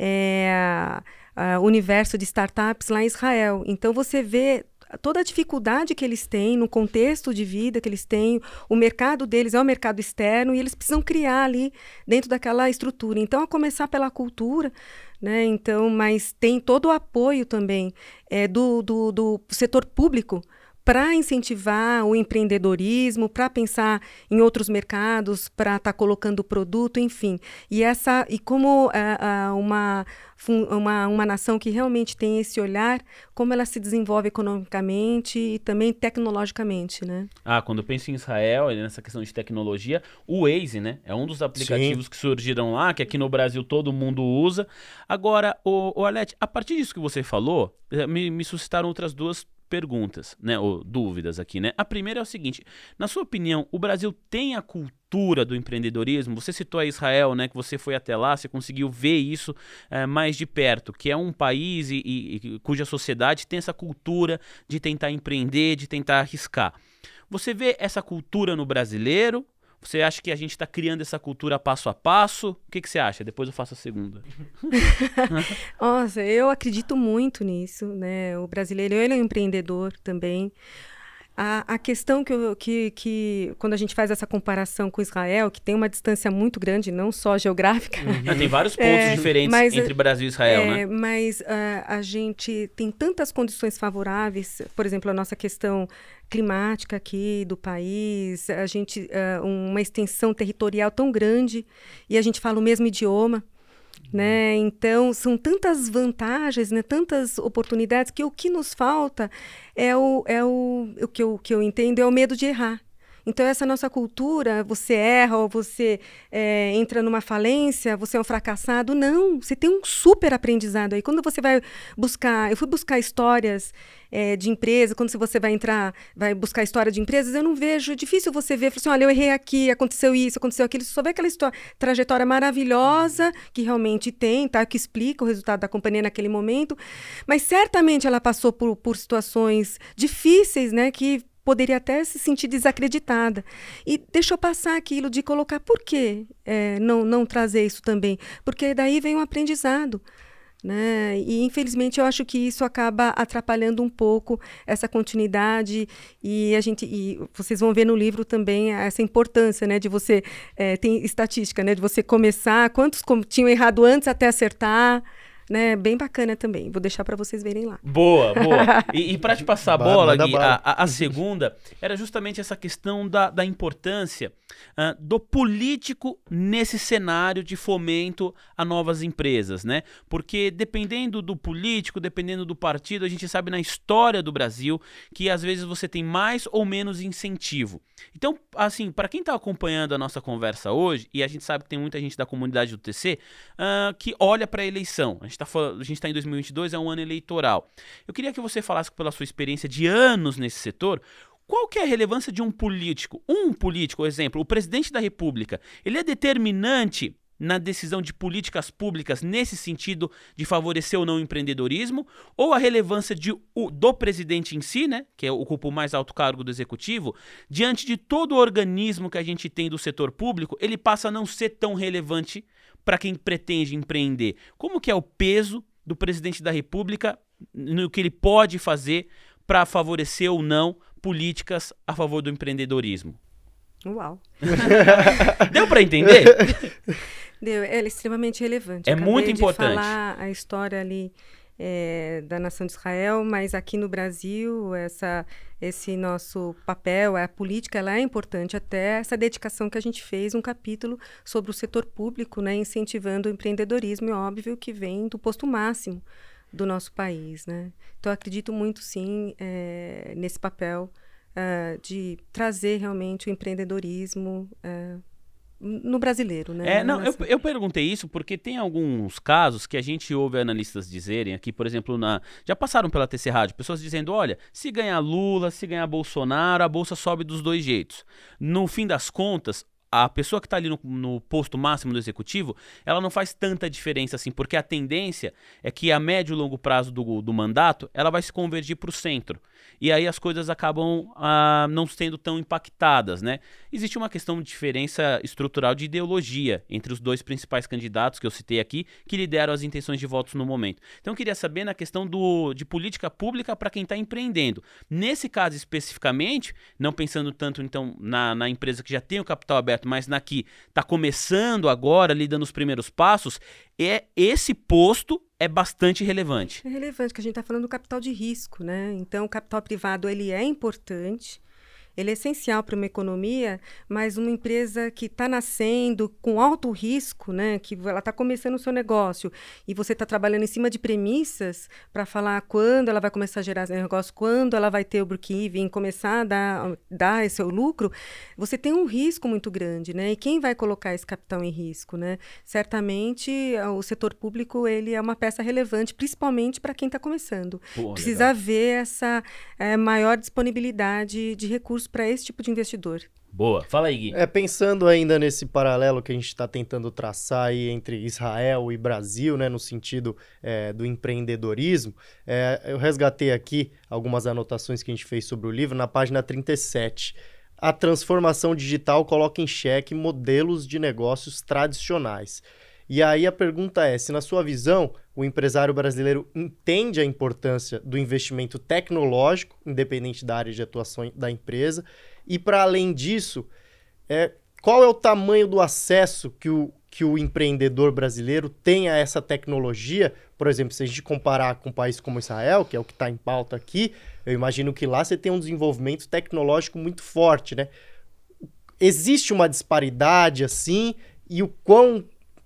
é, a, a, o universo de startups lá em Israel. Então, você vê toda a dificuldade que eles têm no contexto de vida que eles têm, o mercado deles é um mercado externo e eles precisam criar ali dentro daquela estrutura. Então, a começar pela cultura, né? Então, mas tem todo o apoio também é, do, do, do setor público para incentivar o empreendedorismo, para pensar em outros mercados, para estar tá colocando produto, enfim. E, essa, e como é, é, uma, uma, uma nação que realmente tem esse olhar, como ela se desenvolve economicamente e também tecnologicamente, né? Ah, quando eu penso em Israel, nessa questão de tecnologia, o Waze, né? É um dos aplicativos Sim. que surgiram lá, que aqui no Brasil todo mundo usa. Agora, o, o Arlete, a partir disso que você falou, me, me suscitaram outras duas perguntas, né, ou dúvidas aqui, né? A primeira é o seguinte, na sua opinião, o Brasil tem a cultura do empreendedorismo? Você citou a Israel, né, que você foi até lá, você conseguiu ver isso é, mais de perto, que é um país e, e, e, cuja sociedade tem essa cultura de tentar empreender, de tentar arriscar. Você vê essa cultura no brasileiro? Você acha que a gente está criando essa cultura passo a passo? O que, que você acha? Depois eu faço a segunda. Nossa, eu acredito muito nisso, né? O brasileiro, ele é um empreendedor também. A, a questão que, eu, que, que, quando a gente faz essa comparação com Israel, que tem uma distância muito grande, não só geográfica. Uhum. Tem vários pontos é, diferentes mas, entre Brasil e Israel, é, né? Mas uh, a gente tem tantas condições favoráveis, por exemplo, a nossa questão climática aqui do país, a gente, uh, uma extensão territorial tão grande, e a gente fala o mesmo idioma. Né? Então, são tantas vantagens, né? Tantas oportunidades, que o que nos falta é o, é o, o que eu, que eu entendo, é o medo de errar. Então, essa nossa cultura, você erra ou você é, entra numa falência, você é um fracassado. Não, você tem um super aprendizado aí. Quando você vai buscar... Eu fui buscar histórias é, de empresa, quando você vai entrar, vai buscar história de empresas, eu não vejo... É difícil você ver, assim, olha, eu errei aqui, aconteceu isso, aconteceu aquilo. Você só vê aquela história, trajetória maravilhosa, que realmente tem, tá? Que explica o resultado da companhia naquele momento. Mas, certamente, ela passou por, por situações difíceis, né? Que poderia até se sentir desacreditada. E deixou passar aquilo de colocar por que é, não, não trazer isso também? Porque daí vem um aprendizado. Né? E, infelizmente, eu acho que isso acaba atrapalhando um pouco essa continuidade. E, a gente, e vocês vão ver no livro também essa importância, né, de você... É, tem estatística, né, de você começar, quantos tinham errado antes até acertar. né, bem bacana também. Vou deixar para vocês verem lá. Boa, boa. E, e para te passar a bola, Manda Gui, bala. a, a, a segunda era justamente essa questão da, da importância uh, do político nesse cenário de fomento a novas empresas, né? Porque dependendo do político, dependendo do partido, a gente sabe na história do Brasil que às vezes você tem mais ou menos incentivo. Então, assim, para quem está acompanhando a nossa conversa hoje, e a gente sabe que tem muita gente da comunidade do T C uh, que olha para a eleição. A gente está tá em dois mil e vinte e dois, é um ano eleitoral. Eu queria que você falasse pela sua experiência de anos nesse setor, qual que é a relevância de um político? Um político, por exemplo, o presidente da República, ele é determinante na decisão de políticas públicas nesse sentido de favorecer ou não o empreendedorismo, ou a relevância de, o, do presidente em si, né, que é, ocupa o mais alto cargo do executivo, diante de todo o organismo que a gente tem do setor público, ele passa a não ser tão relevante para quem pretende empreender. Como que é o peso do presidente da República no que ele pode fazer para favorecer ou não políticas a favor do empreendedorismo? Uau! Deu para entender? Deu, é extremamente relevante. É Acabei muito de importante. falar a história ali é, da nação de Israel, mas aqui no Brasil, essa, esse nosso papel, a política, ela é importante, até essa dedicação que a gente fez, um capítulo sobre o setor público, né, incentivando o empreendedorismo, e óbvio que vem do posto máximo do nosso país, né? Então, eu acredito muito, sim, é, nesse papel uh, de trazer realmente o empreendedorismo uh, no brasileiro, né? É, não, eu, eu perguntei isso porque tem alguns casos que a gente ouve analistas dizerem aqui, por exemplo, na, já passaram pela T C Rádio, pessoas dizendo, olha, se ganhar Lula, se ganhar Bolsonaro, a bolsa sobe dos dois jeitos. No fim das contas, a pessoa que está ali no, no posto máximo do executivo, ela não faz tanta diferença assim, porque a tendência é que a médio e longo prazo do, do mandato, ela vai se convergir para o centro. E aí as coisas acabam ah, não sendo tão impactadas, né? Existe uma questão de diferença estrutural de ideologia entre os dois principais candidatos que eu citei aqui, que lideram as intenções de votos no momento. Então eu queria saber na questão do, de política pública para quem está empreendendo. Nesse caso especificamente, não pensando tanto então na, na empresa que já tem o capital aberto, mas na que está começando agora, ali dando os primeiros passos, é esse posto é bastante relevante. É relevante, que a gente está falando do capital de risco, né? Então, o capital privado, ele é importante, ele é essencial para uma economia, mas uma empresa que está nascendo com alto risco, né, que ela está começando o seu negócio e você está trabalhando em cima de premissas para falar quando ela vai começar a gerar negócio, quando ela vai ter o break-even, começar a dar, dar esse seu lucro, você tem um risco muito grande, né? E quem vai colocar esse capital em risco, né? Certamente, o setor público, ele é uma peça relevante, principalmente para quem está começando. Pô, Precisa legal. ver essa é, maior disponibilidade de recursos para esse tipo de investidor. Boa. Fala aí, Gui. É, pensando ainda nesse paralelo que a gente está tentando traçar aí entre Israel e Brasil, né, no sentido é, do empreendedorismo, é, eu resgatei aqui algumas anotações que a gente fez sobre o livro na página trinta e sete. A transformação digital coloca em xeque modelos de negócios tradicionais. E aí a pergunta é, se na sua visão o empresário brasileiro entende a importância do investimento tecnológico, independente da área de atuação da empresa, e para além disso, é, qual é o tamanho do acesso que o, que o empreendedor brasileiro tem a essa tecnologia? Por exemplo, se a gente comparar com um país como Israel, que é o que está em pauta aqui, eu imagino que lá você tem um desenvolvimento tecnológico muito forte, né? Existe uma disparidade assim, e o quão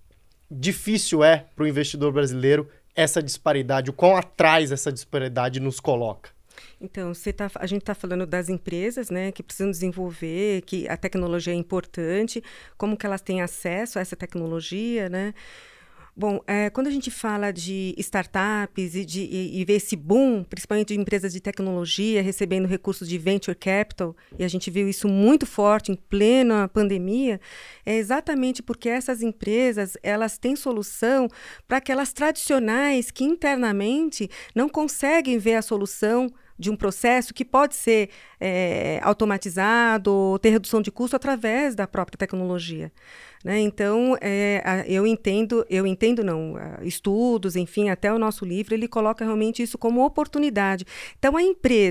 difícil é para o investidor brasileiro essa disparidade, o quão atrás essa disparidade nos coloca? Então, você tá, a gente está falando das empresas, né, que precisam desenvolver, que a tecnologia é importante, como que elas têm acesso a essa tecnologia, né? Bom, é, quando a gente fala de startups e, de, e, e ver esse boom, principalmente de empresas de tecnologia recebendo recursos de venture capital, e a gente viu isso muito forte em plena pandemia, é exatamente porque essas empresas, elas têm solução para aquelas tradicionais que internamente não conseguem ver a solução de um processo que pode ser é, automatizado ou ter redução de custo através da própria tecnologia. Né? Então, é, a, eu entendo, eu entendo não, a, estudos, enfim, até o nosso livro, ele coloca realmente isso como oportunidade. Então, a empresa,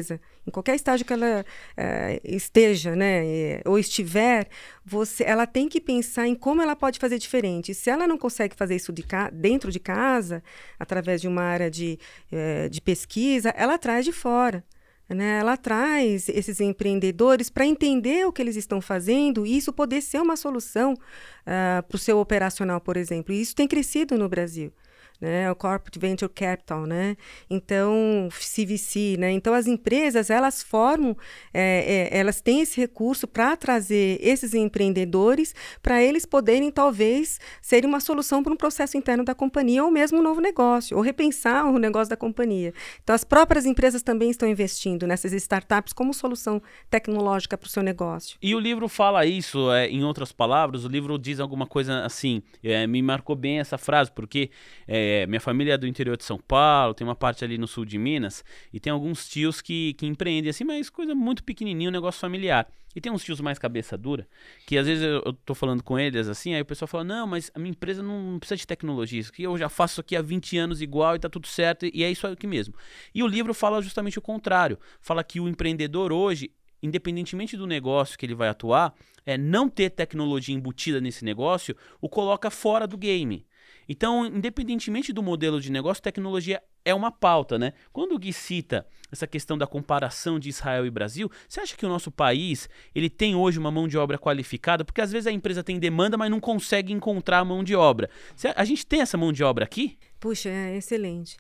em qualquer estágio que ela é, esteja, né, ou estiver, você, ela tem que pensar em como ela pode fazer diferente. Se ela não consegue fazer isso de ca- dentro de casa, através de uma área de, é, de pesquisa, ela traz de fora. Né? Ela traz esses empreendedores para entender o que eles estão fazendo e isso poder ser uma solução uh, para o seu operacional, por exemplo. E isso tem crescido no Brasil. Né, o Corporate Venture Capital, né? Então, C V C, né? Então, as empresas, elas formam, é, é, elas têm esse recurso para trazer esses empreendedores para eles poderem, talvez, serem uma solução para um processo interno da companhia ou mesmo um novo negócio, ou repensar o negócio da companhia. Então, as próprias empresas também estão investindo nessas startups como solução tecnológica para o seu negócio. E o livro fala isso, é, em outras palavras, o livro diz alguma coisa assim, é, me marcou bem essa frase, porque... É, É, minha família é do interior de São Paulo, tem uma parte ali no sul de Minas, e tem alguns tios que, que empreendem assim, mas coisa muito pequenininha, um negócio familiar. E tem uns tios mais cabeça dura, que às vezes eu, eu tô falando com eles assim, aí o pessoal fala, não, mas a minha empresa não, não precisa de tecnologia, isso aqui eu já faço isso aqui há vinte anos igual e tá tudo certo, e é isso aqui mesmo. E o livro fala justamente o contrário, fala que o empreendedor hoje, independentemente do negócio que ele vai atuar, é, não ter tecnologia embutida nesse negócio, o coloca fora do game. Então, independentemente do modelo de negócio, tecnologia é uma pauta, né? Quando o Gui cita essa questão da comparação de Israel e Brasil, você acha que o nosso país ele tem hoje uma mão de obra qualificada? Porque às vezes a empresa tem demanda, mas não consegue encontrar a mão de obra. A gente tem essa mão de obra aqui? Puxa, é excelente.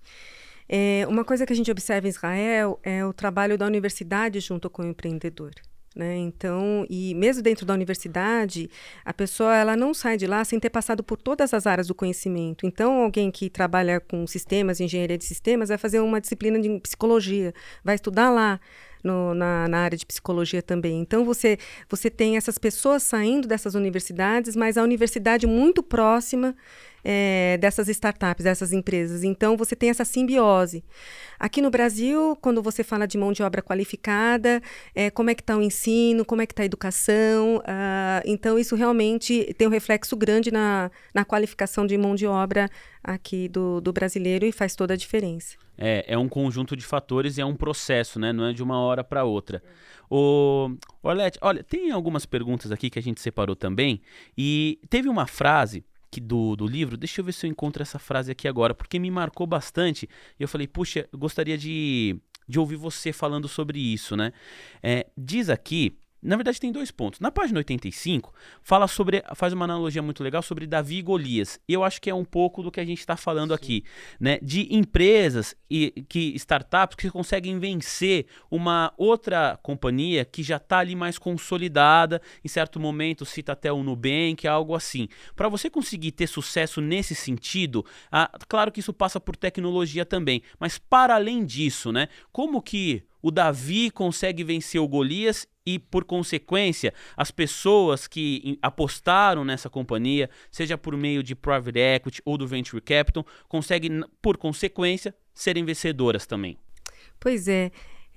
É, uma coisa que a gente observa em Israel é o trabalho da universidade junto com o empreendedor. Né? Então, e mesmo dentro da universidade, a pessoa ela não sai de lá sem ter passado por todas as áreas do conhecimento. Então, alguém que trabalha com sistemas, engenharia de sistemas, vai fazer uma disciplina de psicologia, vai estudar lá no, na, na área de psicologia também. Então, você, você tem essas pessoas saindo dessas universidades, mas a universidade muito próxima é, dessas startups, dessas empresas. Então, você tem essa simbiose. Aqui no Brasil, quando você fala de mão de obra qualificada, é, como é que está o ensino, como é que está a educação, uh, então isso realmente tem um reflexo grande na, na qualificação de mão de obra aqui do, do brasileiro e faz toda a diferença. É, é um conjunto de fatores e é um processo, né? Não é de uma hora para outra. O Arlete, olha, tem algumas perguntas aqui que a gente separou também e teve uma frase que do, do livro, deixa eu ver se eu encontro essa frase aqui agora, porque me marcou bastante e eu falei, puxa, eu gostaria de, de ouvir você falando sobre isso, né? É, diz aqui, na verdade tem dois pontos. Na página oitenta e cinco, fala sobre, faz uma analogia muito legal sobre Davi e Golias. E eu acho que é um pouco do que a gente está falando Sim. aqui, né? De empresas e que startups que conseguem vencer uma outra companhia que já está ali mais consolidada. Em certo momento cita até o Nubank, algo assim. Para você conseguir ter sucesso nesse sentido, ah, claro que isso passa por tecnologia também. Mas para além disso, né? Como que o Davi consegue vencer o Golias e, por consequência, as pessoas que apostaram nessa companhia, seja por meio de private equity ou do venture capital, conseguem, por consequência, serem vencedoras também? Pois é.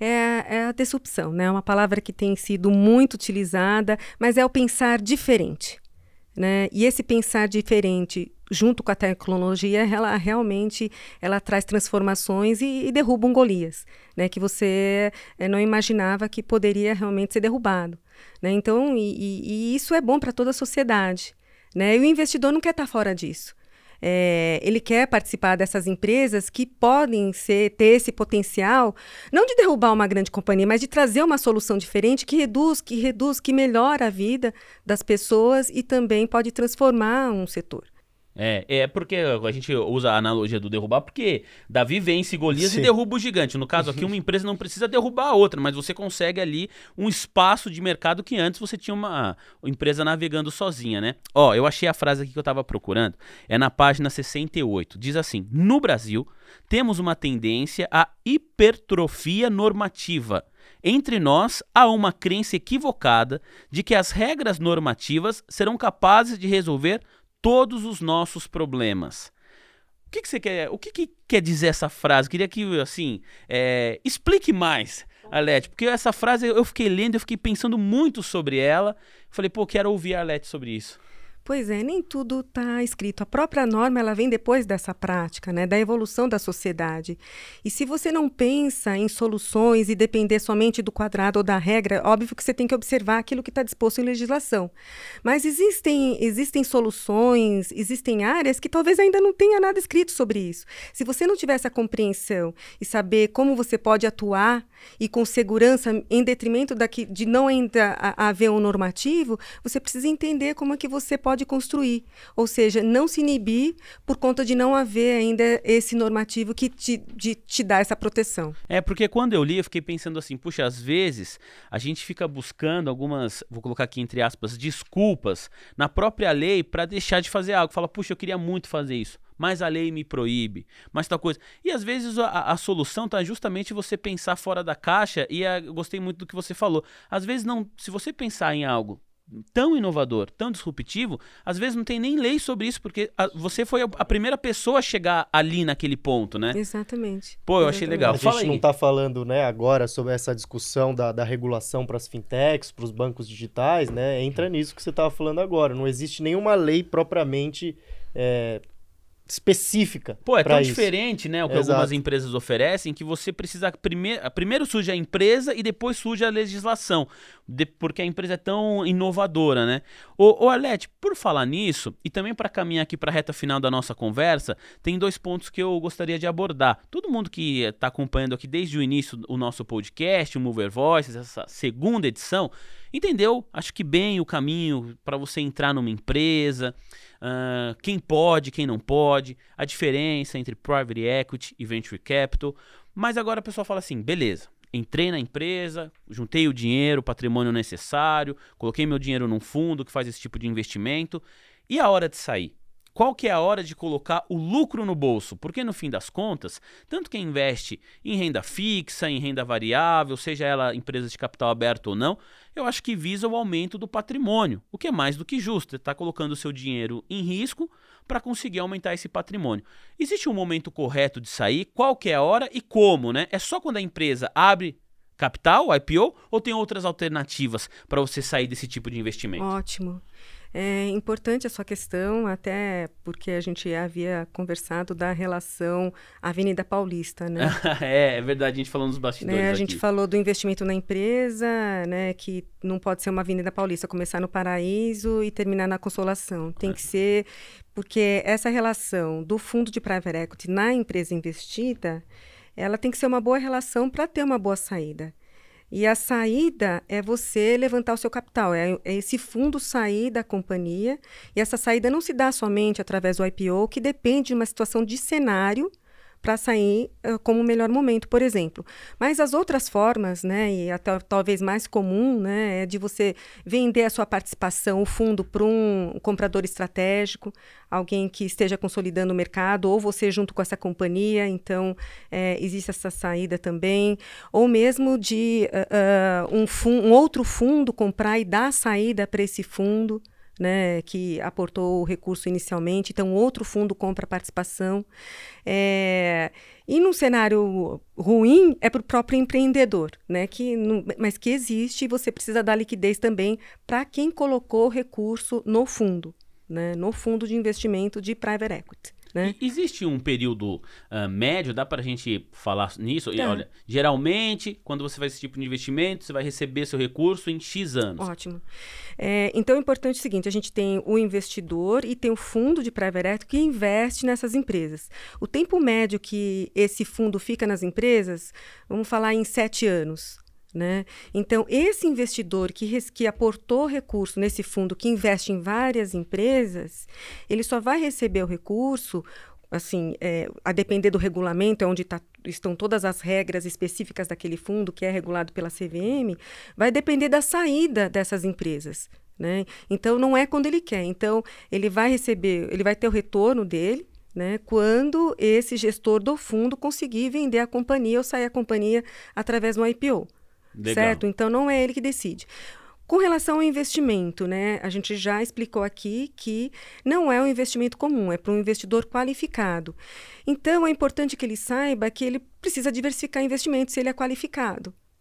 É, é a disrupção, né? É uma palavra que tem sido muito utilizada, mas é o pensar diferente. Né? E esse pensar diferente, junto com a tecnologia, ela realmente ela traz transformações e, e derruba um Golias, né? Que você é, não imaginava que poderia realmente ser derrubado. Né? Então, e, e, e isso é bom para toda a sociedade. Né? E o investidor não quer estar fora disso. É, ele quer participar dessas empresas que podem ser, ter esse potencial, não de derrubar uma grande companhia, mas de trazer uma solução diferente que reduz, que reduz, que melhora a vida das pessoas e também pode transformar um setor. É, é porque a gente usa a analogia do derrubar, porque Davi vence Golias Sim. e derruba o gigante. No caso aqui, uma empresa não precisa derrubar a outra, mas você consegue ali um espaço de mercado que antes você tinha uma empresa navegando sozinha, né? Ó, eu achei a frase aqui que eu tava procurando, é na página sessenta e oito. Diz assim, no Brasil, temos uma tendência à hipertrofia normativa. Entre nós, há uma crença equivocada de que as regras normativas serão capazes de resolver todos os nossos problemas. O que, que você quer? O que, que quer dizer essa frase? Queria que, assim, é, explique mais, Arlete, porque essa frase eu fiquei lendo, eu fiquei pensando muito sobre ela. Falei, pô, quero ouvir a Arlete sobre isso. Pois é, nem tudo está escrito. A própria norma ela vem depois dessa prática, né, da evolução da sociedade. E se você não pensa em soluções e depender somente do quadrado ou da regra, óbvio que você tem que observar aquilo que está disposto em legislação. Mas existem, existem soluções, existem áreas que talvez ainda não tenha nada escrito sobre isso. Se você não tiver essa compreensão e saber como você pode atuar e com segurança em detrimento daqui, de não ainda haver um normativo, você precisa entender como é que você pode pode construir, ou seja, não se inibir por conta de não haver ainda esse normativo que te, de, te dá essa proteção. É, porque quando eu li, eu fiquei pensando assim, puxa, às vezes a gente fica buscando algumas, vou colocar aqui entre aspas, desculpas na própria lei para deixar de fazer algo. Fala, puxa, eu queria muito fazer isso, mas a lei me proíbe, mas tal coisa. E às vezes a, a solução está justamente você pensar fora da caixa, e a, eu gostei muito do que você falou. Às vezes não, se você pensar em algo tão inovador, tão disruptivo, às vezes não tem nem lei sobre isso, porque a, você foi a, a primeira pessoa a chegar ali naquele ponto, né? Exatamente. Pô, eu Exatamente. achei legal. A Fala gente aí. não está falando, né, agora sobre essa discussão da, da regulação para as fintechs, para os bancos digitais, né? Entra nisso que você estava falando agora. Não existe nenhuma lei propriamente é, específica. Pô, é tão isso. diferente, né, o que Exato. algumas empresas oferecem, que você precisa primeiro, primeiro surge a empresa e depois surge a legislação, de, porque a empresa é tão inovadora, né? Ô, ô Arlete, por falar nisso, e também para caminhar aqui para a reta final da nossa conversa, tem dois pontos que eu gostaria de abordar. Todo mundo que está acompanhando aqui desde o início o nosso podcast, o Mover Voices, essa segunda edição, entendeu, acho que bem o caminho para você entrar numa empresa, uh, quem pode, quem não pode, a diferença entre Private Equity e Venture Capital. Mas agora a pessoa fala assim, beleza, entrei na empresa, juntei o dinheiro, o patrimônio necessário, coloquei meu dinheiro num fundo que faz esse tipo de investimento, e a hora de sair? Qual que é a hora de colocar o lucro no bolso? Porque no fim das contas, tanto quem investe em renda fixa, em renda variável, seja ela empresa de capital aberto ou não, eu acho que visa o aumento do patrimônio, o que é mais do que justo. Você está colocando o seu dinheiro em risco para conseguir aumentar esse patrimônio. Existe um momento correto de sair? Qual que é a hora e como, né? É só quando a empresa abre capital, I P O, ou tem outras alternativas para você sair desse tipo de investimento? Ótimo. É importante a sua questão, até porque a gente havia conversado da relação Avenida Paulista, né? é, é verdade, a gente falou nos bastidores né? A aqui. gente falou do investimento na empresa, né? Que não pode ser uma Avenida Paulista, começar no Paraíso e terminar na Consolação. Tem que ser, porque essa relação do fundo de Private Equity na empresa investida, ela tem que ser uma boa relação para ter uma boa saída. E a saída é você levantar o seu capital, é, é esse fundo sair da companhia, e essa saída não se dá somente através do I P O, que depende de uma situação de cenário para sair uh, como o melhor momento, por exemplo. Mas as outras formas, né, e até talvez mais comum, né, é de você vender a sua participação, o fundo, para um comprador estratégico, alguém que esteja consolidando o mercado, ou você junto com essa companhia, então é, existe essa saída também, ou mesmo de uh, uh, um, fun- um outro fundo comprar e dar saída para esse fundo, né, que aportou o recurso inicialmente, então outro fundo compra a participação. É, e num cenário ruim é para o próprio empreendedor, né, que não, mas que existe, e você precisa dar liquidez também para quem colocou o recurso no fundo, né, no fundo de investimento de Private Equity. Né? E existe um período uh, médio, dá para a gente falar nisso? E, Tá. olha, geralmente, quando você faz esse tipo de investimento, você vai receber seu recurso em X anos. Ótimo. É, então, é importante o seguinte, a gente tem o investidor e tem o fundo de private equity que investe nessas empresas. O tempo médio que esse fundo fica nas empresas, vamos falar em sete anos. Né? Então, esse investidor que, res, que aportou recurso nesse fundo, que investe em várias empresas, ele só vai receber o recurso, assim, é, a depender do regulamento, é onde tá, estão todas as regras específicas daquele fundo, que é regulado pela C V M, vai depender da saída dessas empresas. Né? Então, não é quando ele quer. Então, ele vai receber, ele vai ter o retorno dele, né, quando esse gestor do fundo conseguir vender a companhia ou sair a companhia através do I P O. Legal. Certo? Então, não é ele que decide. Com relação ao investimento, né, a gente já explicou aqui que não é um investimento comum, é para um investidor qualificado. Então, é importante que ele saiba que ele precisa diversificar investimentos se ele é qualificado.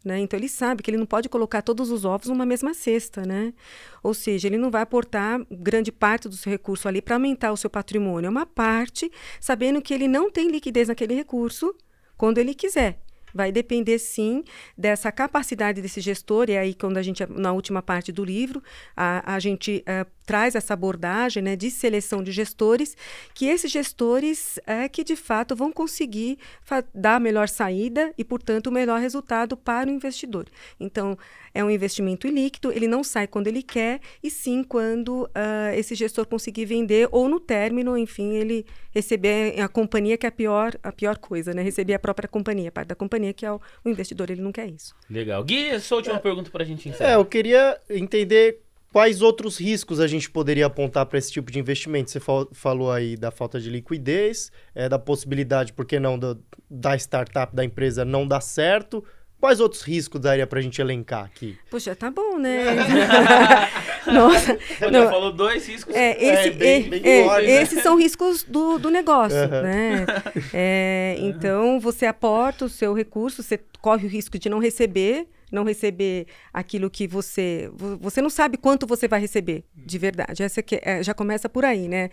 né? Então, ele sabe que ele não pode colocar todos os ovos numa mesma cesta, né? Ou seja, ele não vai aportar grande parte do seu recurso ali para aumentar o seu patrimônio. É uma parte, sabendo que ele não tem liquidez naquele recurso quando ele quiser. Vai depender, sim, dessa capacidade desse gestor, e aí, quando a gente, na última parte do livro, a, a gente uh, traz essa abordagem, né, de seleção de gestores, que esses gestores é que, de fato, vão conseguir dar a melhor saída e, portanto, o melhor resultado para o investidor. Então, é um investimento ilíquido, ele não sai quando ele quer, e sim quando uh, esse gestor conseguir vender, ou no término, enfim, ele receber a companhia, que é a pior, a pior coisa, né? Receber a própria companhia, a parte da companhia, que é o, o investidor, ele não quer isso. Legal. Gui, essa última é, pergunta para a gente encerrar. É, eu queria entender quais outros riscos a gente poderia apontar para esse tipo de investimento. Você fal- falou aí da falta de liquidez, é, da possibilidade, por que não, do, da startup, da empresa não dar certo. Quais outros riscos daria para a gente elencar aqui? Puxa, tá bom, né? Nossa. Você não, falou dois riscos. É, esse, é, bem, é, bem é, forte, esses né? são riscos do, do negócio, uhum. né? É, então, você aporta o seu recurso, você corre o risco de não receber, não receber aquilo que você... Você não sabe quanto você vai receber, de verdade. Essa que, é, já começa por aí, né?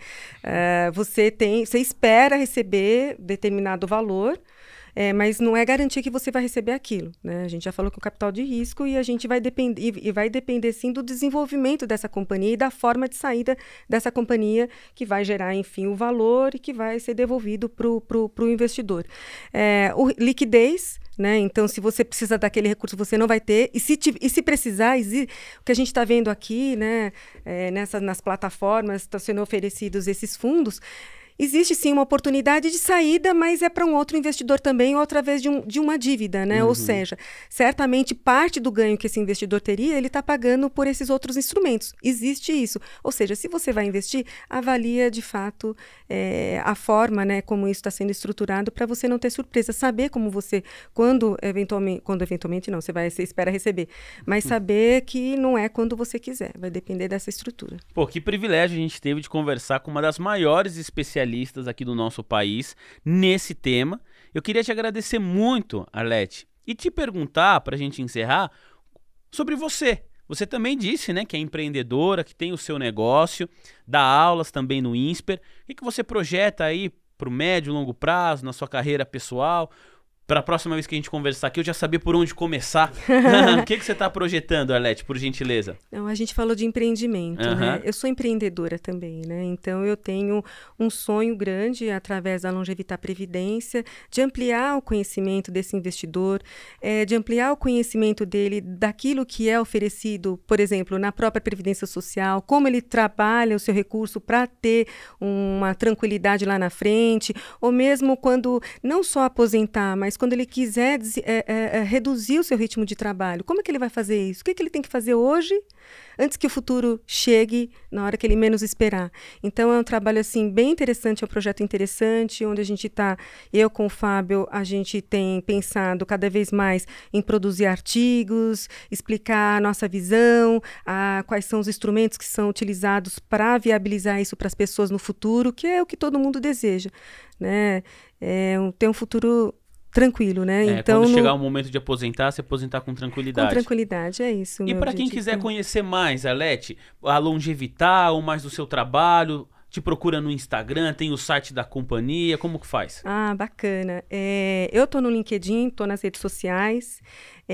É, você, tem, você espera receber determinado valor, É, mas não é garantia que você vai receber aquilo, né? A gente já falou que é o capital de risco e a gente vai depender, e, e vai depender sim do desenvolvimento dessa companhia e da forma de saída dessa companhia que vai gerar, enfim, o valor e que vai ser devolvido para o investidor. É, o, liquidez, né? Então, se você precisa daquele recurso, você não vai ter. E se, e se precisar, o que a gente está vendo aqui, né? É, nessa, nas plataformas, estão sendo oferecidos esses fundos. Existe, sim, uma oportunidade de saída, mas é para um outro investidor também, ou através de, um, de uma dívida, né? Uhum. Ou seja, certamente parte do ganho que esse investidor teria, ele está pagando por esses outros instrumentos. Existe isso. Ou seja, se você vai investir, avalia, de fato, é, a forma, né, como isso está sendo estruturado, para você não ter surpresa. Saber como você, quando eventualmente, quando eventualmente não, você, vai, você espera receber, mas saber que não é quando você quiser. Vai depender dessa estrutura. Pô, que privilégio a gente teve de conversar com uma das maiores especialistas aqui do nosso país nesse tema. Eu queria te agradecer muito, Arlete, e te perguntar, para a gente encerrar, sobre você. Você também disse, né, que é empreendedora, que tem o seu negócio, dá aulas também no INSPER. O que, que você projeta aí para o médio e longo prazo, na sua carreira pessoal? Para a próxima vez que a gente conversar aqui, eu já sabia por onde começar. O que, que você está projetando, Arlete, por gentileza? Não, a gente falou de empreendimento, uhum. né? Eu sou empreendedora também, né? Então, eu tenho um sonho grande, através da Longevitar Previdência, de ampliar o conhecimento desse investidor, é, de ampliar o conhecimento dele daquilo que é oferecido, por exemplo, na própria Previdência Social, como ele trabalha o seu recurso para ter uma tranquilidade lá na frente, ou mesmo quando não só aposentar, mas quando ele quiser é, é, é, reduzir o seu ritmo de trabalho, como é que ele vai fazer isso? O que, é que ele tem que fazer hoje, antes que o futuro chegue na hora que ele menos esperar? Então, é um trabalho assim, bem interessante, é um projeto interessante, onde a gente está, eu com o Fábio, a gente tem pensado cada vez mais em produzir artigos, explicar a nossa visão, a, quais são os instrumentos que são utilizados para viabilizar isso para as pessoas no futuro, que é o que todo mundo deseja, né? É, um, ter um futuro tranquilo, né? É, então, quando no... chegar o momento de aposentar, se aposentar com tranquilidade. Com tranquilidade, é isso. E para quem quiser conhecer mais, Arlete, a Longevitar ou mais do seu trabalho, te procura no Instagram, tem o site da companhia, como que faz? Ah, bacana. É, eu tô no LinkedIn, tô nas redes sociais,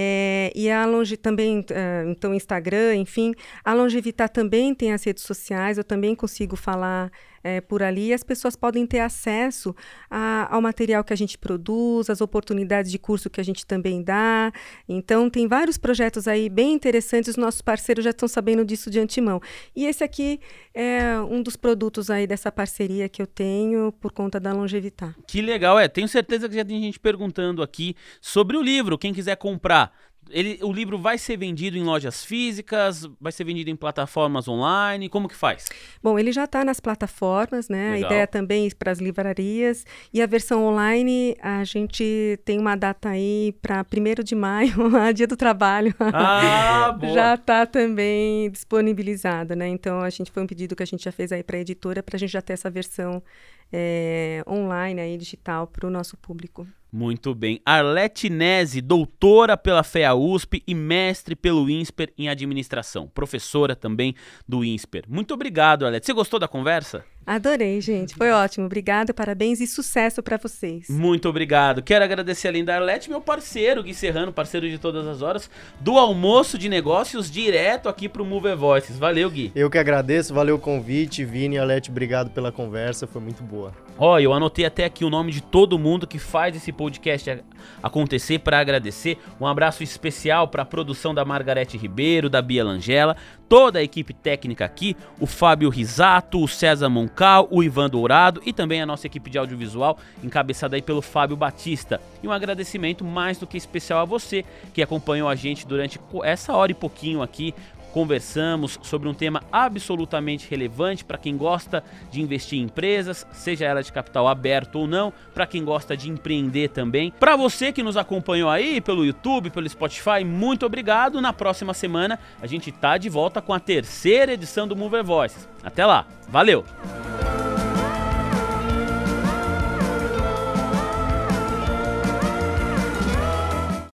é, e a Longe também, uh, então Instagram, enfim, a Longevitar também tem as redes sociais, eu também consigo falar é, por ali, e as pessoas podem ter acesso a, ao material que a gente produz, as oportunidades de curso que a gente também dá. Então, tem vários projetos aí bem interessantes, os nossos parceiros já estão sabendo disso de antemão. E esse aqui é um dos produtos aí dessa parceria que eu tenho por conta da Longevitar. Que legal, é. Tenho certeza que já tem gente perguntando aqui sobre o livro, quem quiser comprar. Ele, o livro vai ser vendido em lojas físicas, vai ser vendido em plataformas online, como que faz? Bom, ele já está nas plataformas, né? Legal. A ideia também é para as livrarias, e a versão online, a gente tem uma data aí para primeiro de maio, dia do trabalho. Ah, boa. Já está também disponibilizado, né? Então, a gente foi um pedido que a gente já fez aí para a editora, para a gente já ter essa versão é, online, aí, digital, para o nosso público. Muito bem. Arlete Nesi, doutora pela F E A U S P e mestre pelo INSPER em administração. Professora também do INSPER. Muito obrigado, Arlete. Você gostou da conversa? Adorei, gente. Foi ótimo. Obrigada, parabéns e sucesso para vocês. Muito obrigado. Quero agradecer, além da Arlete, meu parceiro, Gui Serrano, parceiro de todas as horas, do almoço de negócios direto aqui pro Mover Voices. Valeu, Gui. Eu que agradeço, valeu o convite. Vini e Arlete, obrigado pela conversa, foi muito boa. Ó, eu anotei até aqui o nome de todo mundo que faz esse podcast acontecer para agradecer. Um abraço especial para a produção da Margarete Ribeiro, da Bia Langella, toda a equipe técnica aqui, o Fábio Risato, o César Moncal, o Ivan Dourado e também a nossa equipe de audiovisual, encabeçada aí pelo Fábio Batista. E um agradecimento mais do que especial a você que acompanhou a gente durante essa hora e pouquinho aqui. Conversamos sobre um tema absolutamente relevante para quem gosta de investir em empresas, seja ela de capital aberto ou não, para quem gosta de empreender também. Para você que nos acompanhou aí pelo YouTube, pelo Spotify, muito obrigado. Na próxima semana a gente tá de volta com a terceira edição do Mover Voices. Até lá, valeu!